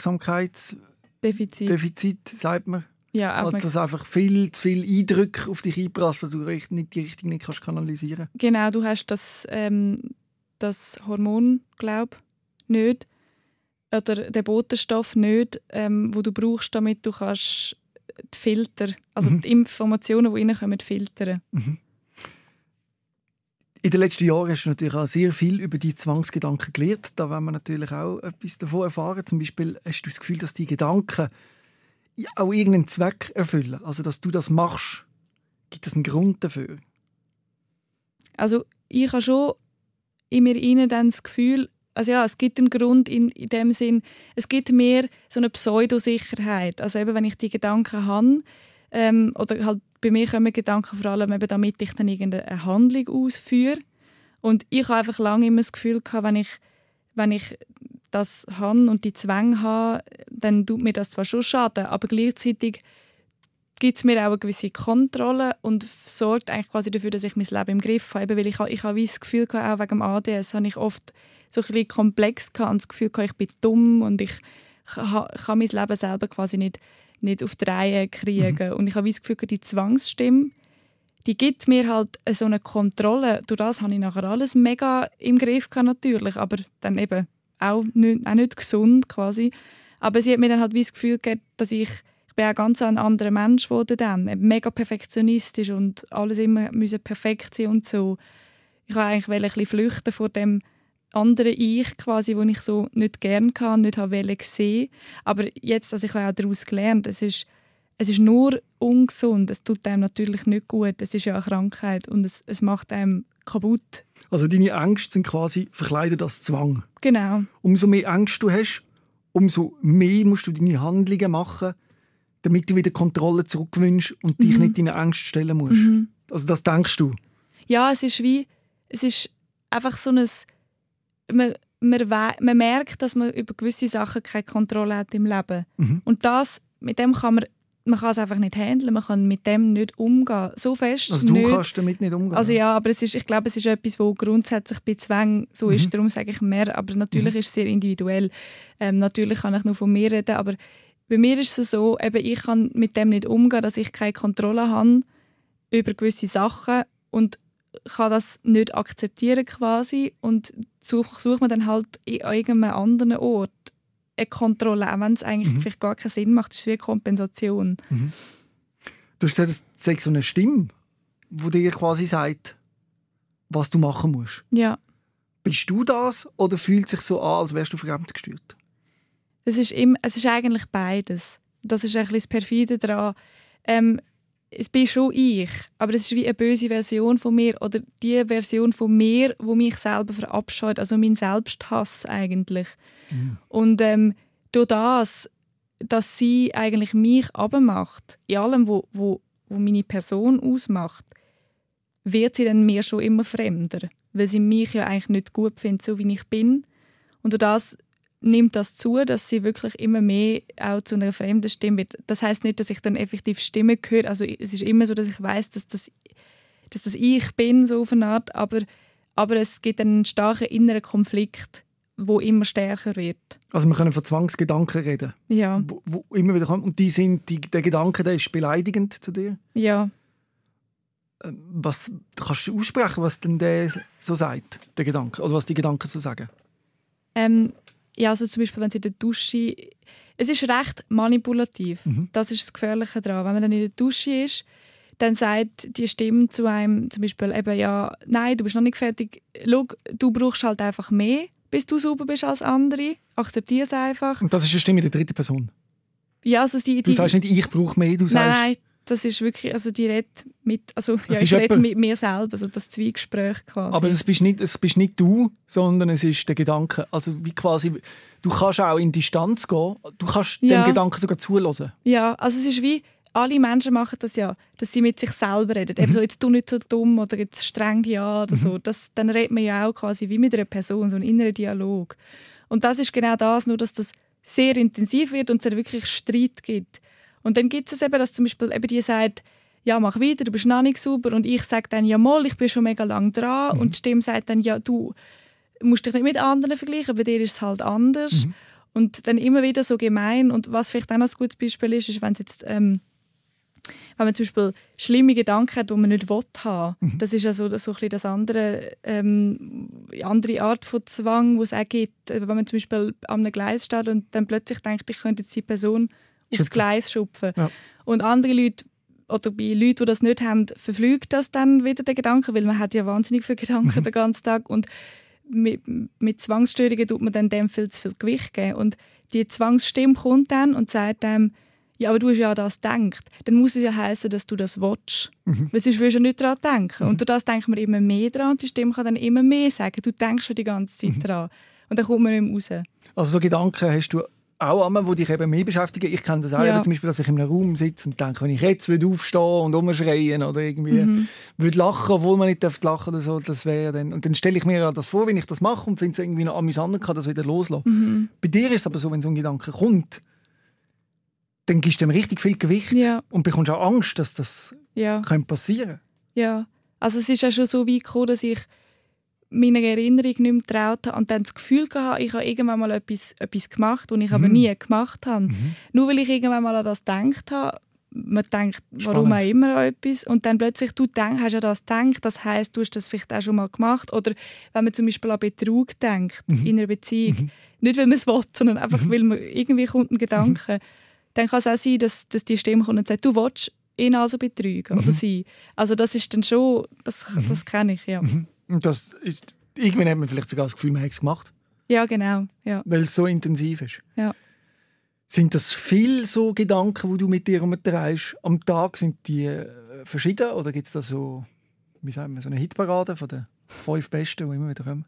Aufmerksamkeitsdefizit, sagt man. Ja, also dass einfach viel zu viel Eindrücke auf dich einprasseln, du nicht die Richtung nicht kannst kanalisieren. Genau, du hast das Hormon, glaube ich, nicht. Oder den Botenstoff nicht, wo du brauchst, damit du kannst die Filter, also die Informationen, die reinkommen, filtern. In den letzten Jahren hast du natürlich auch sehr viel über die Zwangsgedanken gelernt. Da wollen wir natürlich auch etwas davon erfahren. Zum Beispiel hast du das Gefühl, dass die Gedanken auch irgendeinen Zweck erfüllen. Also, dass du das machst. Gibt es einen Grund dafür? Also, ich habe schon in mir innen dann das Gefühl, also ja, es gibt einen Grund in dem Sinn, es gibt mehr so eine Pseudosicherheit. Also eben, wenn ich die Gedanken habe, oder halt bei mir kommen Gedanken vor allem eben, damit ich dann irgendeine Handlung ausführe. Und ich habe einfach lange immer das Gefühl gehabt, wenn ich das habe und die Zwänge habe, dann tut mir das zwar schon Schaden, aber gleichzeitig gibt es mir auch eine gewisse Kontrolle und sorgt eigentlich quasi dafür, dass ich mein Leben im Griff habe. Eben, weil ich habe das Gefühl gehabt, auch wegen dem ADS habe ich oft so ein bisschen komplex gehabt und das Gefühl gehabt, ich bin dumm und ich kann mein Leben selber quasi nicht auf die Reihe kriegen. Und ich habe das Gefühl gehabt, die Zwangsstimme, die gibt mir halt so eine Kontrolle. Durch das habe ich nachher alles mega im Griff gehabt, natürlich, aber dann eben auch nicht gesund quasi. Aber sie hat mir dann halt das Gefühl gegeben, dass ich bin auch ganz ein anderer Mensch geworden dann. Mega perfektionistisch und alles immer müsse perfekt sein und so. Ich wollte eigentlich ein bisschen flüchten vor dem anderen Ich, quasi, wo ich so nicht gerne hatte, nicht wollte sehen. Aber jetzt, also ich habe auch daraus gelernt, es ist nur ungesund, es tut einem natürlich nicht gut, es ist ja eine Krankheit und es macht einem kaputt. Also deine Ängste sind quasi verkleidet als Zwang. Genau. Umso mehr Ängste du hast, umso mehr musst du deine Handlungen machen, damit du wieder Kontrolle zurückgewinnst und dich nicht deinen Ängsten stellen musst. Also das denkst du? Ja, es ist einfach so ein... Man merkt, dass man über gewisse Sachen keine Kontrolle hat im Leben. Und mit dem kann man kann es einfach nicht handeln, man kann mit dem nicht umgehen. So fest also du nicht. Kannst damit nicht umgehen? Also ja, aber ich glaube, es ist etwas, was grundsätzlich bei Zwängen so ist, darum sage ich mehr, aber natürlich ist es sehr individuell. Natürlich kann ich nur von mir reden, aber bei mir ist es so, eben, ich kann mit dem nicht umgehen, dass ich keine Kontrolle habe über gewisse Sachen und kann das nicht akzeptieren quasi und sucht man dann halt an irgendeinem anderen Ort eine Kontrolle, auch wenn es eigentlich vielleicht gar keinen Sinn macht. Das ist wie eine Kompensation. Du hast gesagt, es sei so eine Stimme, die dir quasi sagt, was du machen musst. Ja. Bist du das oder fühlt es sich so an, als wärst du fremdgesteuert? Es ist eigentlich beides. Das ist ein bisschen das Perfide daran. Es bin schon ich, aber es ist wie eine böse Version von mir oder die Version von mir, die mich selber verabscheut, also mein Selbsthass eigentlich. Und durch das, dass sie eigentlich mich abmacht, in allem, wo meine Person ausmacht, wird sie dann mir schon immer fremder, weil sie mich ja eigentlich nicht gut findet, so wie ich bin. Und durch das nimmt das zu, dass sie wirklich immer mehr auch zu einer fremden Stimme wird. Das heisst nicht, dass ich dann effektiv Stimmen höre. Also es ist immer so, dass ich weiss, dass das ich bin, so auf eine Art. Aber es gibt einen starken inneren Konflikt, der immer stärker wird. Also wir können von Zwangsgedanken reden. Ja. Wo immer wieder kommt. Und der Gedanke, der ist beleidigend zu dir? Ja. Was kannst du aussprechen, was denn der so sagt, der Gedanke? Oder was die Gedanken so sagen? Ja, also zum Beispiel, wenn sie in der Dusche... Es ist recht manipulativ. Das ist das Gefährliche daran. Wenn man dann in der Dusche ist, dann sagt die Stimme zu einem zum Beispiel eben, ja, nein, du bist noch nicht fertig. Schau, du brauchst halt einfach mehr, bis du sauber bist als andere. Akzeptiere es einfach. Und das ist eine Stimme in der dritten Person? Ja, also du sagst nicht, ich brauche mehr, du sagst... Nein, das ist wirklich, also die redet mit, also ja, ich rede mit mir selber, also das Zwiegespräch quasi. Aber es bist nicht du, sondern es ist der Gedanke, also wie quasi, du kannst auch in Distanz gehen, du kannst dem Gedanken sogar zuhören. Ja, also es ist wie, alle Menschen machen das ja, dass sie mit sich selber reden. Eben so, jetzt tu nicht so dumm oder jetzt streng dich an oder so. Dann redet man ja auch quasi wie mit einer Person, so einen inneren Dialog. Und das ist genau das, nur dass das sehr intensiv wird und es wirklich Streit gibt. Und dann gibt es eben, dass zum Beispiel eben die sagt, ja, mach weiter, du bist noch nicht sauber. Und ich sage dann, ja mal, ich bin schon mega lang dran. Und die Stimme sagt dann, ja, du musst dich nicht mit anderen vergleichen, bei dir ist es halt anders. Und dann immer wieder so gemein. Und was vielleicht auch noch ein gutes Beispiel ist wenn es jetzt, wenn man zum Beispiel schlimme Gedanken hat, die man nicht haben will. Das ist ja so ein bisschen das andere Art von Zwang, die es auch gibt. Wenn man zum Beispiel an einem Gleis steht und dann plötzlich denkt, ich könnte jetzt die Person aufs Gleis schupfen. Ja. Und andere Leute, oder bei Leuten, die das nicht haben, verflügt das dann wieder den Gedanken, weil man hat ja wahnsinnig viele Gedanken den ganzen Tag. Und mit Zwangsstörungen tut man dann dem viel zu viel Gewicht geben. Und die Zwangsstimme kommt dann und sagt dem, ja, aber du hast ja das gedacht. Dann muss es ja heißen, dass du das willst. Weil sonst willst du ja nicht daran denken. Und durch das denkt man immer mehr dran. Und die Stimme kann dann immer mehr sagen. Du denkst schon die ganze Zeit dran. Und dann kommt man nicht mehr raus. Also so Gedanken hast du auch einmal, die dich eben mehr beschäftigen. Ich kenne das auch, zum Beispiel, dass ich in einem Raum sitze und denke, wenn ich jetzt aufstehen und rumschreien oder irgendwie würde lachen, obwohl man nicht lachen darf oder so, das wäre dann... Und dann stelle ich mir das vor, wenn ich das mache und finde es irgendwie noch amüsant, kann das wieder loslassen. Bei dir ist es aber so, wenn so ein Gedanke kommt, dann gibst du dem richtig viel Gewicht und bekommst auch Angst, dass das passieren könnte. Ja, also es ist ja schon so weit gekommen, dass ich meiner Erinnerung nicht mehr getraut habe und dann das Gefühl hatte, ich habe irgendwann mal etwas gemacht, was ich aber nie gemacht habe. Nur weil ich irgendwann mal an das gedacht habe. Man denkt, warum auch immer an etwas. Und dann plötzlich, du hast ja das gedacht, das heisst, du hast das vielleicht auch schon mal gemacht. Oder wenn man zum Beispiel an Betrug denkt, in einer Beziehung. Nicht, weil man es will, sondern einfach, weil man irgendwie kommt ein Gedanke. Dann kann es auch sein, dass die Stimme kommt und sagt, du willst ihn also betrügen oder sie. Also das ist dann schon, das kenne ich, ja. Und das ist, irgendwann hat man vielleicht sogar das Gefühl, man hat es gemacht. Ja, genau. Ja. Weil es so intensiv ist. Ja. Sind das viele so Gedanken, die du mit dir herumtreibst am Tag? Sind die verschieden oder gibt es da so, wie sagen wir, so eine Hitparade von den 5 Besten, die immer wieder kommen?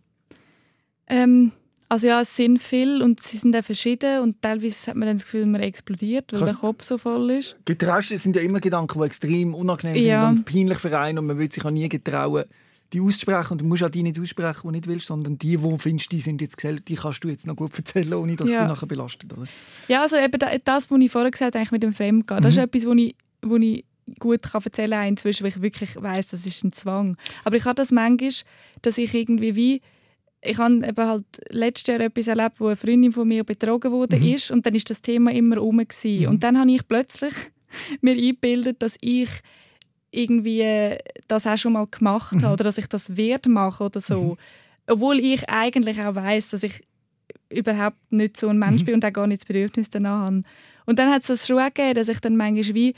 Also ja, es sind viele und sie sind auch verschieden und teilweise hat man dann das Gefühl, man explodiert, weil der Kopf so voll ist. Getraust, das sind ja immer Gedanken, die extrem unangenehm sind und peinlich für einen und man will sich auch nie getrauen, die auszusprechen. Und du musst auch die nicht aussprechen, die du nicht willst, sondern die findest, die sind jetzt gesellt, die kannst du jetzt noch gut erzählen, ohne dass sie nachher belastet. Oder? Ja, also eben das, was ich vorher gesagt habe, mit dem Fremdgehen, das ist etwas, wo ich gut erzählen kann inzwischen, weil ich wirklich weiss, das ist ein Zwang. Aber ich habe das manchmal, dass ich irgendwie ich habe eben halt letztes Jahr etwas erlebt, wo eine Freundin von mir betrogen wurde ist und dann ist das Thema immer rum gewesen. Und dann habe ich plötzlich mir eingebildet, dass ich irgendwie das auch schon mal gemacht habe oder dass ich das werde machen oder so. Obwohl ich eigentlich auch weiss, dass ich überhaupt nicht so ein Mensch bin und auch gar nicht das Bedürfnis danach habe. Und dann hat es das schon auch gegeben, dass ich dann manchmal wie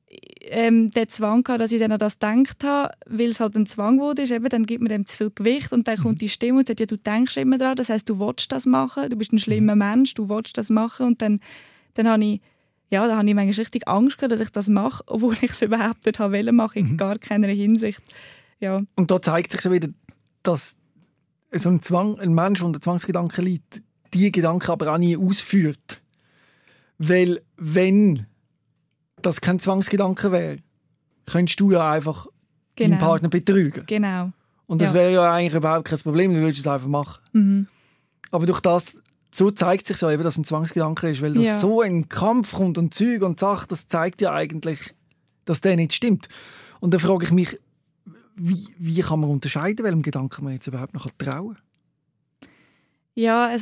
den Zwang hatte, dass ich dann an das gedacht habe, weil es halt ein Zwang wurde, eben, dann gibt man dem zu viel Gewicht und dann kommt die Stimme und sagt, ja, du denkst immer daran, das heisst, du willst das machen, du bist ein schlimmer Mensch, du willst das machen und dann habe ich manchmal richtig Angst gehabt, dass ich das mache, obwohl ich es überhaupt nicht machen wollte, in gar keiner Hinsicht. Ja. Und da zeigt sich so wieder, dass so ein Mensch, der unter Zwangsgedanken liegt, diese Gedanken aber auch nie ausführt. Weil wenn das kein Zwangsgedanke wäre, könntest du ja einfach deinen Partner betrügen. Genau. Und das wäre ja eigentlich überhaupt kein Problem, du würdest es einfach machen. Aber durch das, so zeigt sich so eben, dass ein Zwangsgedanke ist, weil das so in Kampf kommt und Zeug und Sachen, das zeigt ja eigentlich, dass der nicht stimmt. Und dann frage ich mich, wie kann man unterscheiden, welchem Gedanken man jetzt überhaupt noch trauen kann? Ja, also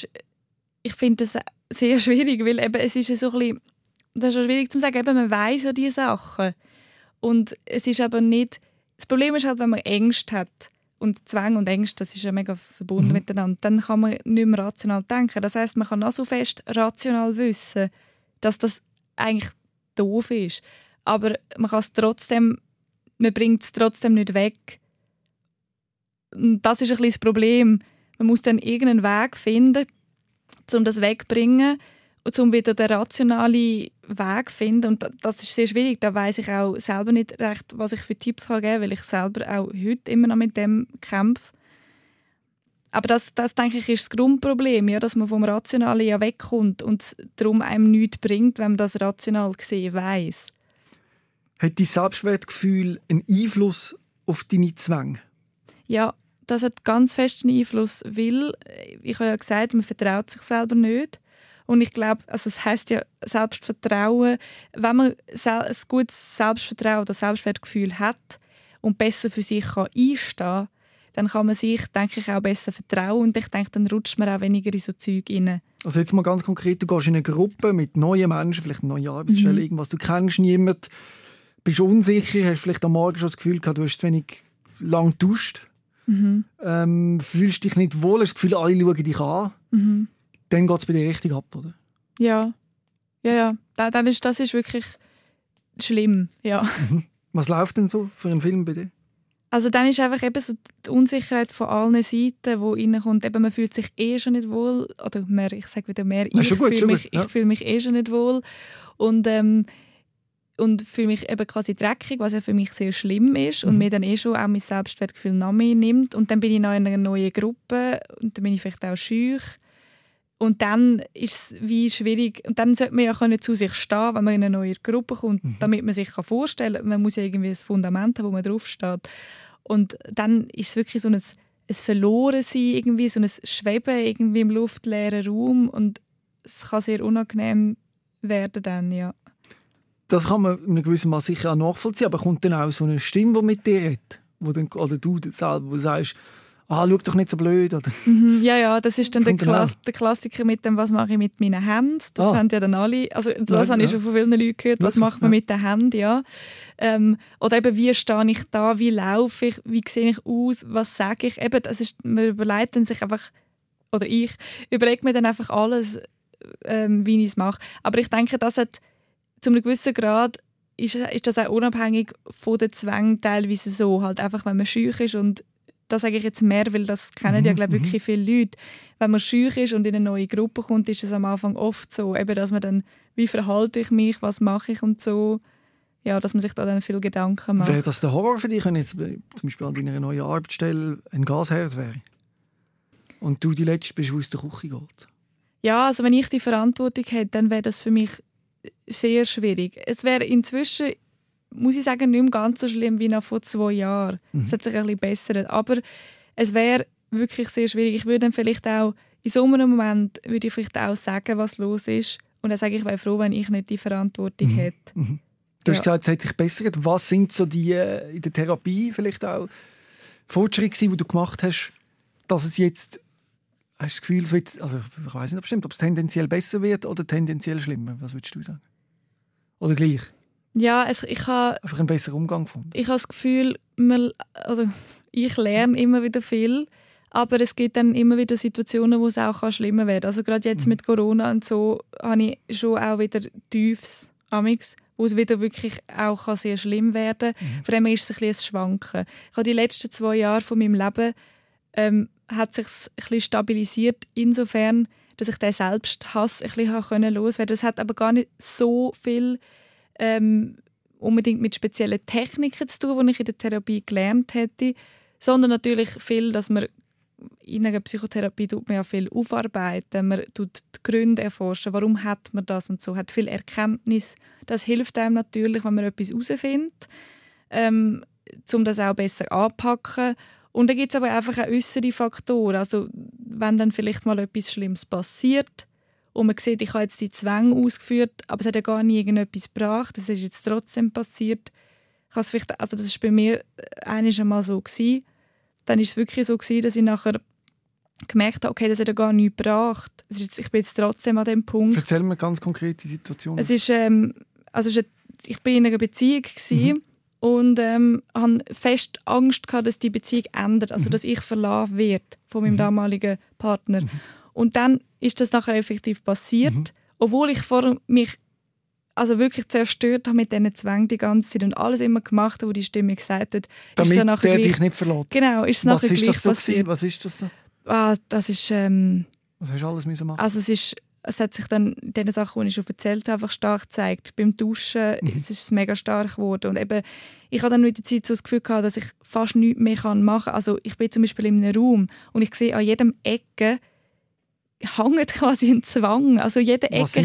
ich finde das sehr schwierig, weil eben es ist so ein bisschen, das ist schwierig zu sagen, eben, man weiss ja diese Sachen. Und es ist aber nicht, das Problem ist halt, wenn man Ängste hat, und Zwang und Ängste, das ist ja mega verbunden miteinander, dann kann man nicht mehr rational denken. Das heisst, man kann auch so fest rational wissen, dass das eigentlich doof ist. Aber man bringt es trotzdem nicht weg. Und das ist ein bisschen das Problem. Man muss dann irgendeinen Weg finden, um das wegzubringen und um wieder den rationalen Weg zu finden. Und das ist sehr schwierig. Da weiss ich auch selber nicht recht, was ich für Tipps geben kann, weil ich selber auch heute immer noch mit dem kämpfe. Aber das denke ich, ist das Grundproblem, ja, dass man vom Rationalen ja wegkommt und darum einem nichts bringt, wenn man das rational gesehen weiss. Hat dein Selbstwertgefühl einen Einfluss auf deine Zwänge? Ja, das hat ganz festen Einfluss, weil, ich habe ja gesagt, man vertraut sich selber nicht. Und ich glaube, also es heisst ja Selbstvertrauen, wenn man ein gutes Selbstvertrauen oder Selbstwertgefühl hat und besser für sich einstehen kann, dann kann man sich, denke ich, auch besser vertrauen und ich denke, dann rutscht man auch weniger in so Zeug rein. Also jetzt mal ganz konkret, du gehst in eine Gruppe mit neuen Menschen, vielleicht eine neue Arbeitsstelle, irgendwas, du kennst niemanden, bist unsicher, hast vielleicht am Morgen schon das Gefühl gehabt, du hast zu wenig lang geduscht, fühlst dich nicht wohl, hast das Gefühl, alle schauen dich an. Dann geht es bei dir richtig ab, oder? Ja. Das ist wirklich schlimm, ja. Was läuft denn so für einen Film bei dir? Also dann ist einfach eben so die Unsicherheit von allen Seiten, die reinkommt. Eben, man fühlt sich schon nicht wohl. Oder ich sage wieder mehr, ich fühle mich schon nicht wohl. Und fühle mich eben quasi dreckig, was ja für mich sehr schlimm ist und mir dann schon auch mein Selbstwertgefühl nach mir nimmt. Und dann bin ich noch in einer neuen Gruppe und dann bin ich vielleicht auch schüch. Und dann ist es wie schwierig. Und dann sollte man ja zu sich stehen, wenn man in eine neue Gruppe kommt, damit man sich vorstellen kann. Man muss ja irgendwie ein Fundament haben, wo man draufsteht. Und dann ist es wirklich so ein Verlorensein, irgendwie, so ein Schweben irgendwie im luftleeren Raum. Und es kann sehr unangenehm werden dann, ja. Das kann man in einem gewissen Maß sicher auch nachvollziehen, aber kommt dann auch so eine Stimme, die mit dir redet? Oder du selber, wo sagst, schau doch nicht so blöd. Oder? Ja, das ist dann der Klassiker mit dem, was mache ich mit meinen Händen. Das haben ja dann alle, also das habe ich schon von vielen Leuten gehört, was macht man mit den Händen, ja. Oder eben, wie stehe ich da, wie laufe ich, wie sehe ich aus, was sage ich. Eben, man überlegt dann sich einfach, oder ich überlege mir dann einfach alles, wie ich es mache. Aber ich denke, das hat zu einem gewissen Grad ist das auch unabhängig von den Zwängen teilweise so, halt einfach, wenn man schüch ist. Und das sage ich jetzt mehr, weil das kennen ja, glaube ich, wirklich viele Leute. Wenn man schüch ist und in eine neue Gruppe kommt, ist es am Anfang oft so, eben, dass man dann, wie verhalte ich mich, was mache ich und so, ja, dass man sich da dann viel Gedanken macht. Wäre das der Horror für dich, wenn jetzt zum Beispiel an deiner neuen Arbeitsstelle ein Gasherd wäre? Und du die Letzte bist, die aus der Küche geht? Ja, also wenn ich die Verantwortung hätte, dann wäre das für mich sehr schwierig. Es wäre inzwischen, muss ich sagen, nicht mehr ganz so schlimm wie noch vor 2 Jahren. Es hat sich ein bisschen gebessert. Aber es wäre wirklich sehr schwierig. Ich würde dann vielleicht auch, in so einem Moment würde ich vielleicht auch sagen, was los ist. Und dann sage ich, wäre froh, wenn ich nicht die Verantwortung hätte. Du hast gesagt, es hat sich gebessert. Was sind so die in der Therapie vielleicht auch Fortschritte, die du gemacht hast, dass es jetzt, hast du das Gefühl, es wird, also ich weiss nicht bestimmt, ob es tendenziell besser wird oder tendenziell schlimmer? Was würdest du sagen? Oder gleich? Ja, ich habe einfach einen besseren Umgang gefunden. Ich habe das Gefühl, ich lerne immer wieder viel, aber es gibt dann immer wieder Situationen, wo es auch schlimmer wird. Also gerade jetzt mit Corona und so habe ich schon auch wieder Tiefs, wo es wieder wirklich auch sehr schlimm werden kann. Von dem ist es ein bisschen ein Schwanken. Ich habe die letzten 2 Jahre von meinem Leben hat sich ein bisschen stabilisiert, insofern, dass ich den Selbsthass ein bisschen loswerden konnte. Das hat aber gar nicht so viel unbedingt mit speziellen Techniken zu tun, die ich in der Therapie gelernt hätte, sondern natürlich viel, dass man in einer Psychotherapie tut man ja viel aufarbeiten, man tut die Gründe erforschen, warum hat man das und so, hat viel Erkenntnis. Das hilft einem natürlich, wenn man etwas herausfindet, um das auch besser anzupacken. Und dann gibt es aber einfach auch äußere Faktoren. Also wenn dann vielleicht mal etwas Schlimmes passiert und man sieht, ich habe jetzt die Zwänge ausgeführt, aber es hat ja gar nie irgendetwas gebracht, das ist jetzt trotzdem passiert. Das war bei mir einmal so gewesen. Dann war es wirklich so gewesen, dass ich nachher gemerkt habe, okay, das hat ja gar nichts gebracht. Ich bin jetzt trotzdem an dem Punkt. Erzähl mir ganz konkrete Situationen. Ich war in einer Beziehung gewesen, und hatte fest Angst gehabt, dass die Beziehung ändert, also dass ich verlassen werde von meinem damaligen Partner. Und dann ist das nachher effektiv passiert, obwohl ich vorher mich wirklich zerstört habe mit diesen Zwängen die ganze Zeit und alles immer gemacht habe, wo die Stimme gesagt hat. Damit der dich nicht verlässt. Genau, ist es nachher gleich passiert. Was ist das so? Das ist... was hast du alles machen? Also es hat sich dann in den Sachen, die ich schon erzählt habe, einfach stark gezeigt. Beim Duschen ist es mega stark geworden. Und eben, ich habe dann mit der Zeit so das Gefühl gehabt, dass ich fast nichts mehr machen kann. Also ich bin zum Beispiel in einem Raum und ich sehe an jedem Ecke hängt quasi ein Zwang. Also jede Ecke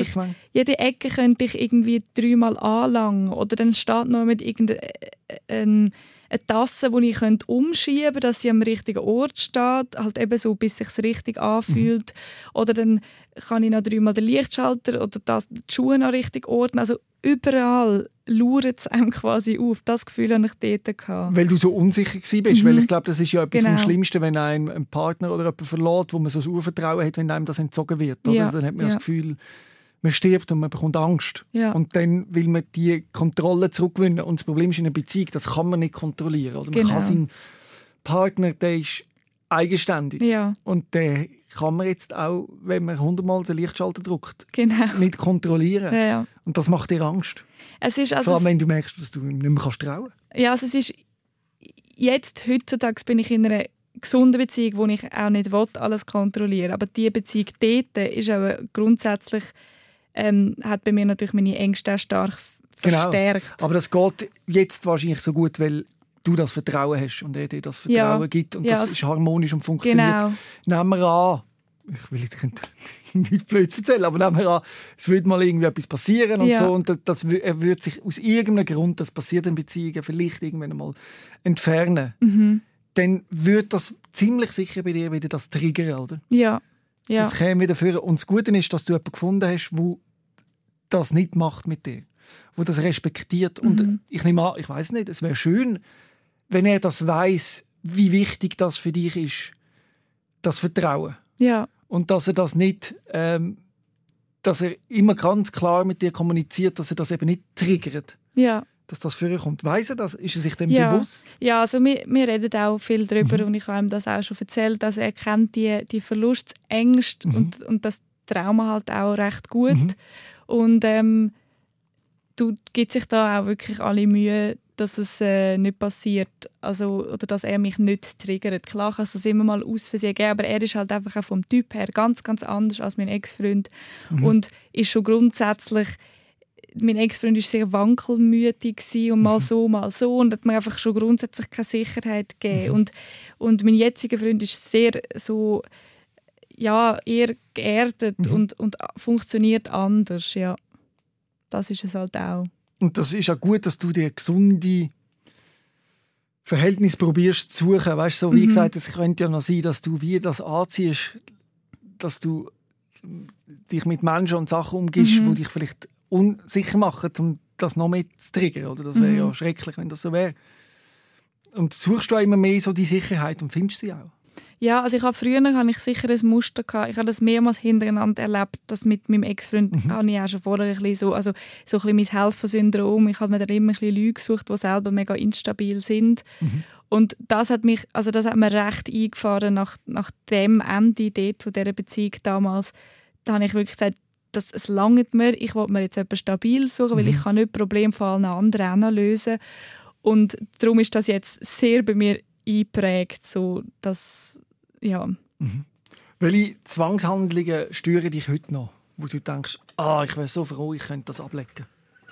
könnte ich irgendwie 3-mal anlangen. Oder dann steht noch mit irgendeine Tasse, die ich umschieben könnte, dass sie am richtigen Ort steht, halt eben so, bis es sich richtig anfühlt. Oder dann kann ich noch 3-mal den Lichtschalter oder die Schuhe noch richtig ordnen. Also überall lauert es einem quasi auf. Das Gefühl hatte ich dort gehabt. Weil du so unsicher warst. Weil ich glaube, das ist ja etwas vom Schlimmsten, wenn einem ein Partner oder jemand verlässt, wo man so das Urvertrauen hat, wenn einem das entzogen wird. Oder? Ja. Dann hat man das Gefühl, man stirbt und man bekommt Angst. Ja. Und dann will man die Kontrolle zurückgewinnen. Und das Problem ist in einer Beziehung, das kann man nicht kontrollieren. Oder? Man kann seinen Partner, der ist eigenständig. Ja. Und den kann man jetzt auch, wenn man 100-mal den Lichtschalter drückt, nicht kontrollieren. Ja. Und das macht dir Angst. Es ist vor allem, wenn du merkst, dass du nicht mehr trauen kannst. Ja, also es ist jetzt, heutzutage bin ich in einer gesunden Beziehung, wo ich auch nicht alles kontrollieren will. Aber diese Beziehung dort ist auch grundsätzlich hat bei mir natürlich meine Ängste stark verstärkt. Genau. Aber das geht jetzt wahrscheinlich so gut, weil du das Vertrauen hast und er dir das Vertrauen gibt. Und das ist harmonisch und funktioniert. Genau. Nehmen wir an, ich will jetzt nicht blöd erzählen, aber nehmen wir an, es würde mal irgendwie etwas passieren und so. Und er würde sich aus irgendeinem Grund, das passiert in Beziehungen, vielleicht irgendwann einmal entfernen. Dann würde das ziemlich sicher bei dir wieder das triggern, oder? Ja. Das käme wieder vor. Und das Gute ist, dass du jemanden gefunden hast, der das nicht macht mit dir, wo das respektiert. Und ich nehme an, ich weiss nicht, es wäre schön, wenn er das weiss, wie wichtig das für dich ist, das Vertrauen. Ja. Und dass er das nicht, dass er immer ganz klar mit dir kommuniziert, dass er das eben nicht triggert. Ja. Dass das für ihn kommt. Weiss er das? Ist er sich dem bewusst? Ja, also wir reden auch viel darüber und ich habe ihm das auch schon erzählt, dass er kennt die Verlustängste und das Trauma halt auch recht gut. Und du gibt sich da auch wirklich alle Mühe, dass es nicht passiert, also, oder dass er mich nicht triggert. Klar kann es das immer mal aus Versehen geben, aber er ist halt einfach auch vom Typ her ganz, ganz anders als mein Ex-Freund und ist schon grundsätzlich, mein Ex-Freund war sehr wankelmütig und mal so und hat mir einfach schon grundsätzlich keine Sicherheit gegeben. Und mein jetziger Freund ist sehr so, ja, eher geerdet und funktioniert anders, ja. Das ist es halt auch. Und das ist auch gut, dass du dir gesunde Verhältnisse probierst zu suchen. Weißt du, so wie gesagt, es könnte ja noch sein, dass du wie das anziehst, dass du dich mit Menschen und Sachen umgibst, die dich vielleicht unsicher machen, um das noch mehr zu triggern. Oder? Das wäre ja schrecklich, wenn das so wäre. Und suchst du auch immer mehr so die Sicherheit und findest sie auch? Ja, also früher hatte ich sicher ein Muster gehabt. Ich habe das mehrmals hintereinander erlebt, dass mit meinem Ex-Freund habe ich auch schon vorher ein bisschen so ein bisschen mein Helfersyndrom. Ich habe mir da immer ein bisschen Leute gesucht, die selber mega instabil sind. Und das hat mir recht eingefahren nach dem Ende dort von dieser Beziehung damals. Da habe ich wirklich gesagt, es langt mir. Ich will mir jetzt jemanden stabil suchen, weil ich kann nicht Probleme von allen anderen auch lösen. Und darum ist das jetzt sehr bei mir eingeprägt, so dass ja. Welche Zwangshandlungen stören dich heute noch, wo du denkst, ich wäre so froh, ich könnte das ablegen?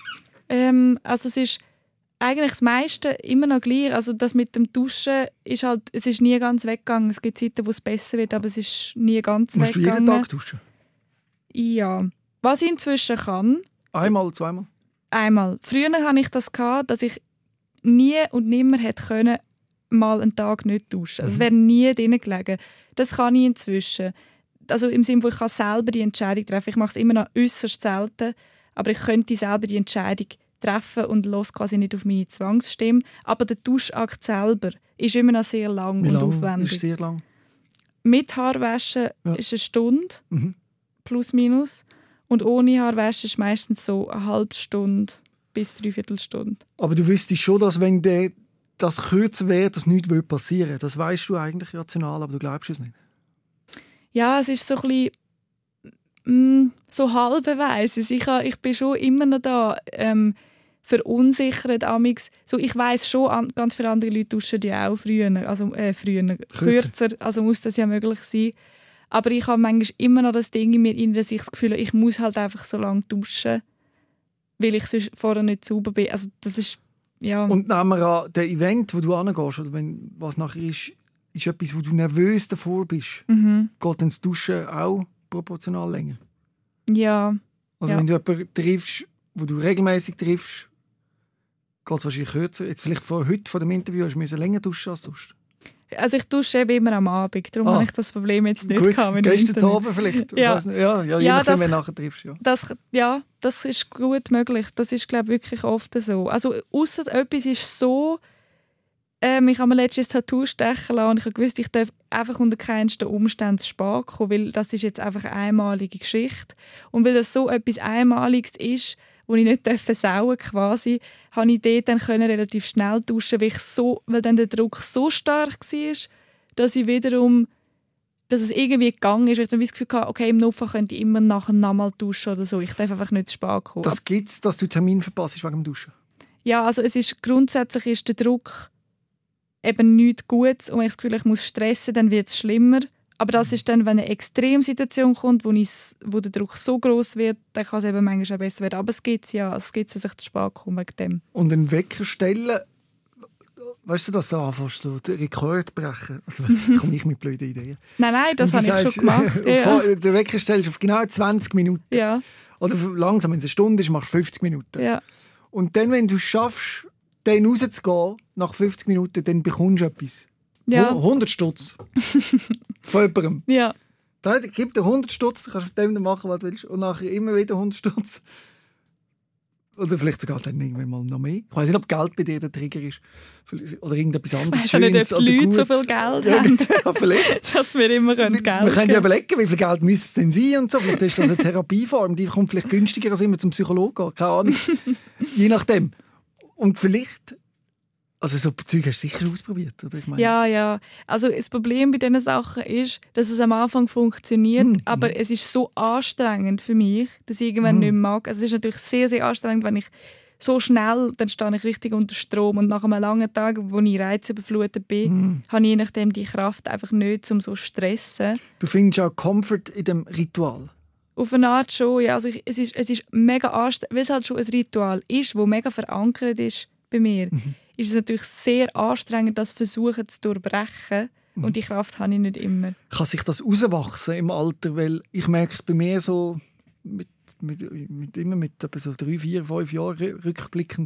Also es ist eigentlich das meiste immer noch gleich. Also das mit dem Duschen ist halt, es ist nie ganz weggegangen. Es gibt Zeiten, wo es besser wird, aber es ist nie ganz Musst weggegangen. Musst du jeden Tag duschen? Ja. Was ich inzwischen kann. Einmal, zweimal? Einmal. Früher hatte ich das, dass ich nie und nimmer hätte können, mal einen Tag nicht duschen. Es wäre nie drin gelegen. Das kann ich inzwischen. Also im Sinne, wo ich kann selber die Entscheidung treffen. Ich mache es immer noch äußerst selten, aber ich könnte selber die Entscheidung treffen und los quasi nicht auf meine Zwangsstimme. Aber der Duschakt selber ist immer noch sehr lang und aufwendig. Ist sehr lang? Mit Haarwaschen ist eine Stunde, plus minus. Und ohne Haarwaschen ist meistens so eine halbe Stunde bis 3/4 Stunde. Aber du wüsstest schon, dass wenn das kürzer wäre, dass nichts passieren will. Das weißt du eigentlich rational, aber du glaubst es nicht. Ja, es ist so ein bisschen so halbe Weiss. Ich bin schon immer noch da verunsichert. So, ich weiss schon, ganz viele andere Leute duschen ja auch kürzer. Also muss das ja möglich sein. Aber ich habe manchmal immer noch das Ding in mir, dass ich das Gefühl habe, ich muss halt einfach so lange duschen, weil ich sonst vorher nicht sauber bin. Also das ist, ja. Und nehmen wir an, der Event, wo du hingehst, oder was nachher ist etwas, wo du nervös davor bist. Geht dann das Duschen auch proportional länger? Ja. Also wenn du jemanden triffst, wo du regelmäßig triffst, geht es wahrscheinlich kürzer. Jetzt vielleicht vor dem Interview hast du länger duschen als sonst. Also ich dusche eben immer am Abend, darum habe ich das Problem jetzt nicht gehabt. Gehst du zu Abend vielleicht? Ja, je nachdem, wenn du nachher triffst. Das ist gut möglich. Das ist, glaube ich, wirklich oft so. Also ausser etwas ist so, ich habe mir letztes Tattoo stechen lassen und ich habe gewusst, ich darf einfach unter keinen Umständen zu spät kommen, weil das ist jetzt einfach eine einmalige Geschichte. Und weil das so etwas Einmaliges ist, wo ich nicht versauen quasi, habe ich dort dann relativ schnell duschen, weil dann der Druck so stark war, dass es irgendwie gegangen ist. Ich dann das Gefühl hatte, okay, im Notfall könnte ich immer nachher nochmal duschen oder so. Ich darf einfach nicht zu spät kommen. Das gibt es, dass du Termin verpasst wegen dem Duschen? Ja, also grundsätzlich ist der Druck eben nichts Gutes und wenn ich das Gefühl, ich muss stressen, dann wird es schlimmer. Aber das ist dann, wenn eine Extremsituation kommt, wo der Druck so groß wird, dann kann es eben manchmal auch besser werden. Aber es gibt es ja, dass ich zu spät komme wegen dem. Und einen Wecker stellen, weißt du, dass du anfängst, so den Rekord brechen? Also, jetzt komme ich mit blöden Ideen. Nein, das habe ich schon gemacht. Den Wecker stellst du auf genau 20 Minuten. Ja. Oder langsam, wenn es eine Stunde ist, machst du 50 Minuten. Ja. Und dann, wenn du es schaffst, dann rauszugehen, nach 50 Minuten, dann bekommst du etwas. Ja. 100 Stutz. Von jemandem. Ja. Da gibt dir 100 Stutz, du kannst mit dem machen, was du willst. Und nachher immer wieder 100 Stutz. Oder vielleicht sogar dann irgendwann mal noch mehr. Ich weiss nicht, ob Geld bei dir der Trigger ist. Oder irgendetwas anderes Ich weiß nicht, ob die Leute so viel Geld haben, ja, vielleicht. dass wir immer Geld Wir können ja überlegen, wie viel Geld müsste es denn sein und so. Vielleicht ist das eine Therapieform, die kommt vielleicht günstiger, als immer zum Psychologen gehen. Keine Ahnung. Je nachdem. Und vielleicht... Also so Zeug hast du sicher ausprobiert, oder? Ich meine, ja. Also das Problem bei diesen Sachen ist, dass es am Anfang funktioniert, aber es ist so anstrengend für mich, dass ich irgendwann nicht mehr mag. Also es ist natürlich sehr, sehr anstrengend, wenn ich so schnell, dann stehe ich richtig unter Strom und nach einem langen Tag, wo ich reizüberflutet bin, habe ich je nachdem die Kraft einfach nicht, um so zu stressen. Du findest auch Comfort in dem Ritual? Auf eine Art schon, ja. Also es ist mega anstrengend, weil es halt schon ein Ritual ist, das mega verankert ist bei mir. Ist es natürlich sehr anstrengend, das Versuchen zu durchbrechen. Und die Kraft habe ich nicht immer. Kann sich das rauswachsen im Alter? Weil ich merke es bei mir so mit etwa so 3, 4, 5 Jahren rückblickend,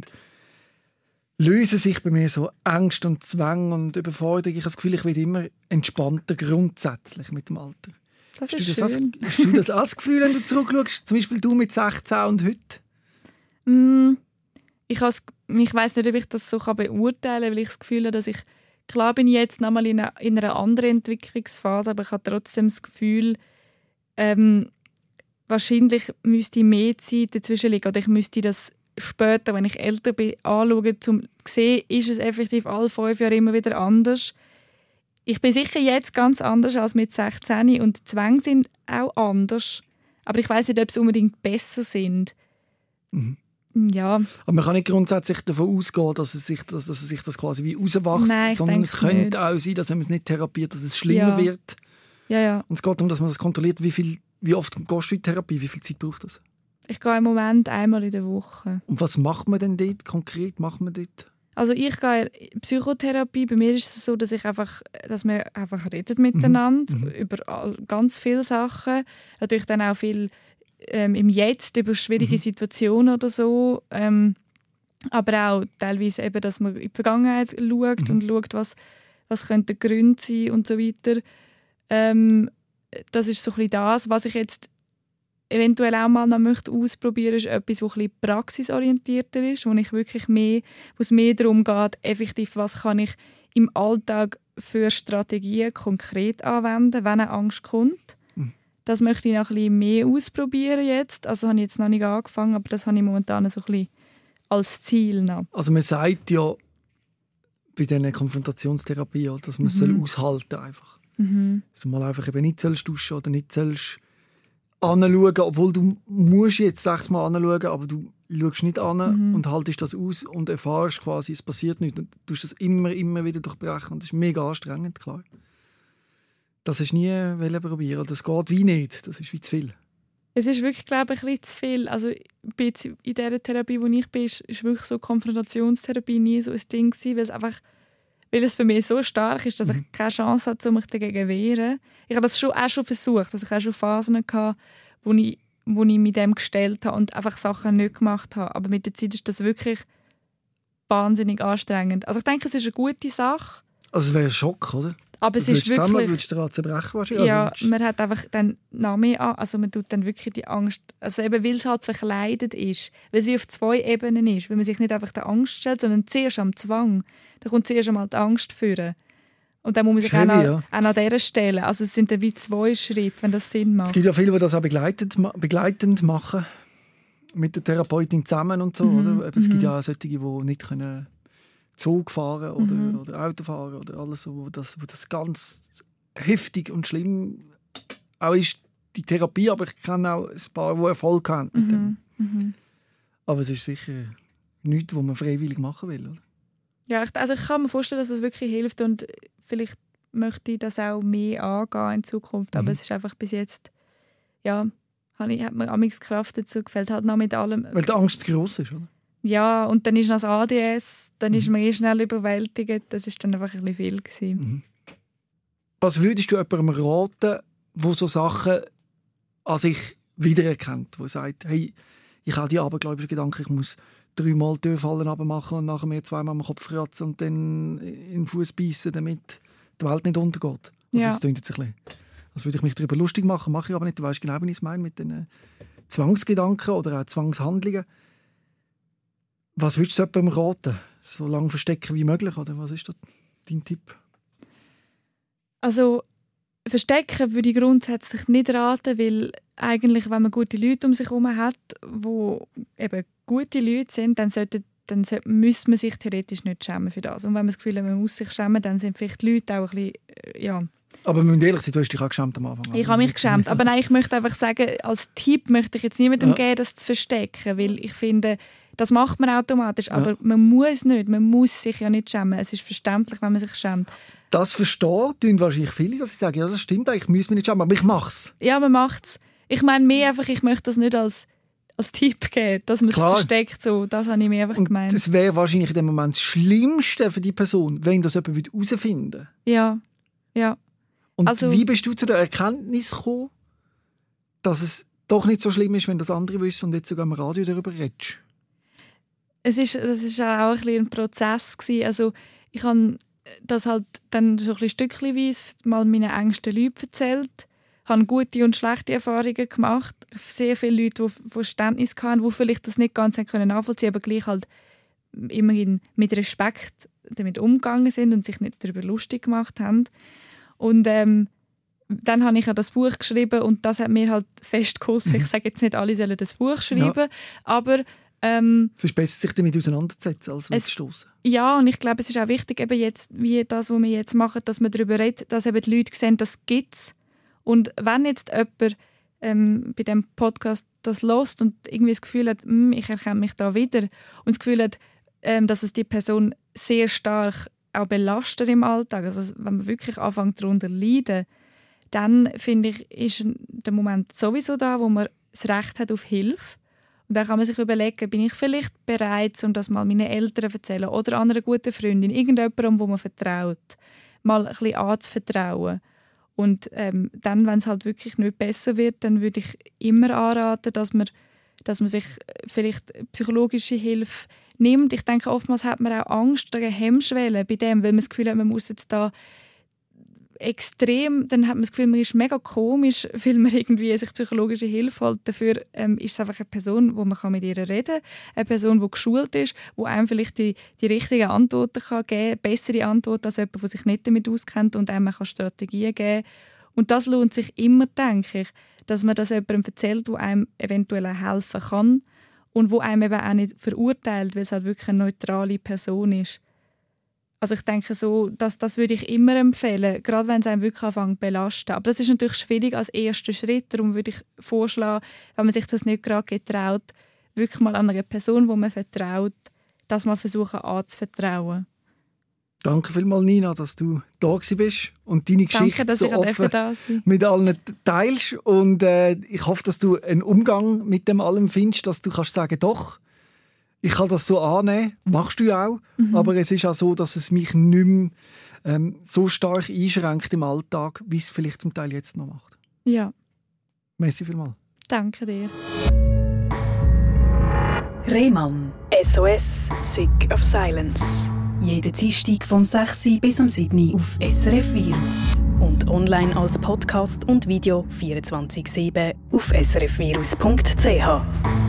lösen sich bei mir so Ängste und Zwänge und Überforderung. Ich habe das Gefühl, ich werde immer entspannter grundsätzlich mit dem Alter. Das ist schön. Hast du das auch das Gefühl, wenn du zurückschaust? Zum Beispiel du mit 16 und heute? Ich weiss nicht, ob ich das so beurteilen kann, weil ich das Gefühl habe, dass klar bin ich jetzt nochmal in einer anderen Entwicklungsphase, aber ich habe trotzdem das Gefühl, wahrscheinlich müsste mehr Zeit dazwischen liegen oder ich müsste das später, wenn ich älter bin, anschauen, um zu sehen, ist es effektiv alle 5 Jahre immer wieder anders. Ich bin sicher jetzt ganz anders als mit 16 und die Zwänge sind auch anders, aber ich weiss nicht, ob sie unbedingt besser sind. Ja. Aber man kann nicht grundsätzlich davon ausgehen, dass es sich das quasi wie rauswächst, sondern es könnte nicht. Auch sein, dass wenn man es nicht therapiert, dass es schlimmer wird. Ja. Und es geht darum, dass man das kontrolliert. Wie oft gehst du in Therapie? Wie viel Zeit braucht das? Ich gehe im Moment einmal in der Woche. Und was macht man denn dort konkret? Also ich gehe in Psychotherapie. Bei mir ist es so, dass wir einfach reden miteinander über ganz viele Sachen. Natürlich dann auch viel im Jetzt über schwierige Situationen oder so. Aber auch teilweise eben, dass man in die Vergangenheit schaut und schaut, was könnte der Grund sein und so weiter. Das ist so ein bisschen das, was ich jetzt eventuell auch mal noch möchte ausprobieren, ist etwas, das ein bisschen praxisorientierter ist, wo es mehr darum geht, effektiv, was kann ich im Alltag für Strategien konkret anwenden, wenn eine Angst kommt. Das möchte ich noch ein bisschen mehr ausprobieren jetzt. Also habe ich jetzt noch nicht angefangen, aber das habe ich momentan so ein bisschen als Ziel noch. Also man sagt ja bei dieser Konfrontationstherapie, dass man es aushalten einfach. Dass du mal einfach eben nicht duschen oder nicht anschauen, obwohl du musst jetzt 6 Mal anschauen, aber du schaust nicht an und haltest das aus und erfährst quasi, es passiert nichts. Und du tust das immer wieder durchbrechen und das ist mega anstrengend, klar. Das hast du nie probieren. Das geht wie nicht. Das ist wie zu viel. Es ist wirklich, glaube ich, ein bisschen zu viel. Also in dieser Therapie, wo ich bin, ist wirklich so Konfrontationstherapie nie so ein Ding gewesen, weil es bei mir so stark ist, dass ich keine Chance habe, mich dagegen zu wehren. Ich habe das auch schon versucht. Also ich hatte schon Phasen gehabt, wo ich mit dem gestellt habe und einfach Sachen nicht gemacht habe. Aber mit der Zeit ist das wirklich wahnsinnig anstrengend. Also ich denke, es ist eine gute Sache. Also es wäre ein Schock, oder? Aber es ist wirklich... Würdest du daran zerbrechen wahrscheinlich? Ja, man hat einfach dann noch mehr an. Also man tut dann wirklich die Angst... Also eben, weil es halt verkleidet ist. Weil es wie auf 2 Ebenen ist. Weil man sich nicht einfach der Angst stellt, sondern zuerst am Zwang. Da kommt zuerst einmal die Angst führen. Und dann muss man sich auch an dieser stellen. Also es sind dann wie 2 Schritte, wenn das Sinn macht. Es gibt ja viele, die das auch begleitend machen. Mit der Therapeutin zusammen und so. Oder? Es gibt ja auch solche, die nicht können Zug fahren oder Auto fahren oder alles so, wo das ganz heftig und schlimm auch ist, die Therapie, aber ich kenne auch ein paar, die Erfolg haben mit dem. Aber es ist sicher nichts, was man freiwillig machen will, oder? Ja, also ich kann mir vorstellen, dass es wirklich hilft und vielleicht möchte ich das auch mehr angehen in Zukunft, aber es ist einfach bis jetzt, ja, hat mir amigs Kraft dazu gefällt, halt noch mit allem. Weil die Angst zu gross ist, oder? Ja, und dann ist noch das ADS, dann ist man schnell überwältigt. Das war dann einfach ein bisschen viel gewesen. Was würdest du jemandem raten, der so Sachen an sich wiedererkennt, der sagt, hey, ich habe die abergläubischen Gedanken, ich muss 3-mal die Türfallen runtermachen und nachher mir 2-mal am Kopf kratzen und dann in den Fuß beißen, damit die Welt nicht untergeht. Also das klingt jetzt ein bisschen, als würde ich mich darüber lustig machen, mache ich aber nicht. Du weißt genau, wie ich es meine mit den Zwangsgedanken oder auch Zwangshandlungen. Was würdest du jemandem raten? So lange verstecken wie möglich, oder was ist da dein Tipp? Also verstecken würde ich grundsätzlich nicht raten, weil eigentlich, wenn man gute Leute um sich herum hat, die eben gute Leute sind, dann müsste man sich theoretisch nicht schämen für das. Und wenn man das Gefühl hat, man muss sich schämen, dann sind vielleicht die Leute auch ein bisschen, Aber wir müssen ehrlich sein, du hast dich auch geschämt am Anfang. Ich habe mich geschämt. Aber nein, ich möchte einfach sagen, als Tipp möchte ich jetzt niemandem geben, das zu verstecken, weil ich finde, das macht man automatisch, aber man muss nicht, man muss sich ja nicht schämen. Es ist verständlich, wenn man sich schämt. Das verstehen wahrscheinlich viele, dass sie sagen, ja, das stimmt, ich muss mich nicht schämen, aber ich mache es. Ja, man macht es. Ich meine mehr einfach, ich möchte das nicht als Tipp geben, dass man es versteckt. So. Das habe ich mir einfach gemeint. Das wäre wahrscheinlich in dem Moment das Schlimmste für die Person, wenn das jemand herausfinden würde. Ja. Und also, wie bist du zu der Erkenntnis gekommen, dass es doch nicht so schlimm ist, wenn das andere wissen und jetzt sogar im Radio darüber redest? Das ist auch ein bisschen ein Prozess gewesen. Also ich habe das halt dann so ein bisschen stückchenweise mal meinen engsten Leuten erzählt. Ich habe gute und schlechte Erfahrungen gemacht. Sehr viele Leute, die Verständnis hatten, die vielleicht das nicht ganz nachvollziehen konnten, aber gleich halt immerhin mit Respekt damit umgegangen sind und sich nicht darüber lustig gemacht haben. Und dann habe ich ja das Buch geschrieben und das hat mir halt festgeholfen. Ich sage jetzt nicht, alle sollen das Buch schreiben, aber es ist besser, sich damit auseinanderzusetzen, als wegzustoßen. Ja, und ich glaube, es ist auch wichtig, eben jetzt, wie das, was wir jetzt machen, dass man darüber redet, dass eben die Leute sehen, das gibt es. Und wenn jetzt jemand bei diesem Podcast das hört und irgendwie das Gefühl hat, ich erkenne mich da wieder, und das Gefühl hat, dass es die Person sehr stark auch belastet im Alltag, also wenn man wirklich anfängt darunter zu leiden, dann finde ich, ist der Moment sowieso da, wo man das Recht hat auf Hilfe. Und dann kann man sich überlegen, bin ich vielleicht bereit, um das mal meinen Eltern zu erzählen oder einer guten Freundin, irgendjemandem, wo man vertraut, mal ein bisschen anzuvertrauen. Und dann, wenn es halt wirklich nicht besser wird, dann würde ich immer anraten, dass man sich vielleicht psychologische Hilfe nimmt. Ich denke, oftmals hat man auch Angst oder Hemmschwelle bei dem, weil man das Gefühl hat, man muss jetzt da extrem, dann hat man das Gefühl, man ist mega komisch, weil man irgendwie sich psychologische Hilfe holt. Dafür ist es einfach eine Person, wo man mit ihr reden kann, eine Person, die geschult ist, die einem vielleicht die richtigen Antworten kann geben kann, bessere Antworten als jemand, der sich nicht damit auskennt und einem kann Strategien geben kann. Und das lohnt sich immer, denke ich, dass man das jemandem erzählt, der einem eventuell helfen kann und wo einem eben auch nicht verurteilt, weil es halt wirklich eine neutrale Person ist. Also ich denke so, das würde ich immer empfehlen, gerade wenn es einem wirklich anfängt zu belasten. Aber das ist natürlich schwierig als erster Schritt, darum würde ich vorschlagen, wenn man sich das nicht gerade getraut, wirklich mal an eine Person, die man vertraut, das mal versuchen anzuvertrauen. Danke vielmals, Nina, dass du da bist und deine Geschichte so offen mit allen teilst. Und ich hoffe, dass du einen Umgang mit dem allem findest, dass du kannst sagen, doch, ich kann das so annehmen, machst du ja auch. Aber es ist auch so, dass es mich nicht mehr so stark einschränkt im Alltag, wie es vielleicht zum Teil jetzt noch macht. Ja. Merci vielmals. Danke dir. Rehmann. SOS, Sick of Silence. Jeden Dienstag vom 6 bis am 7 auf SRF Virus. Und online als Podcast und Video 24/7 auf srfvirus.ch.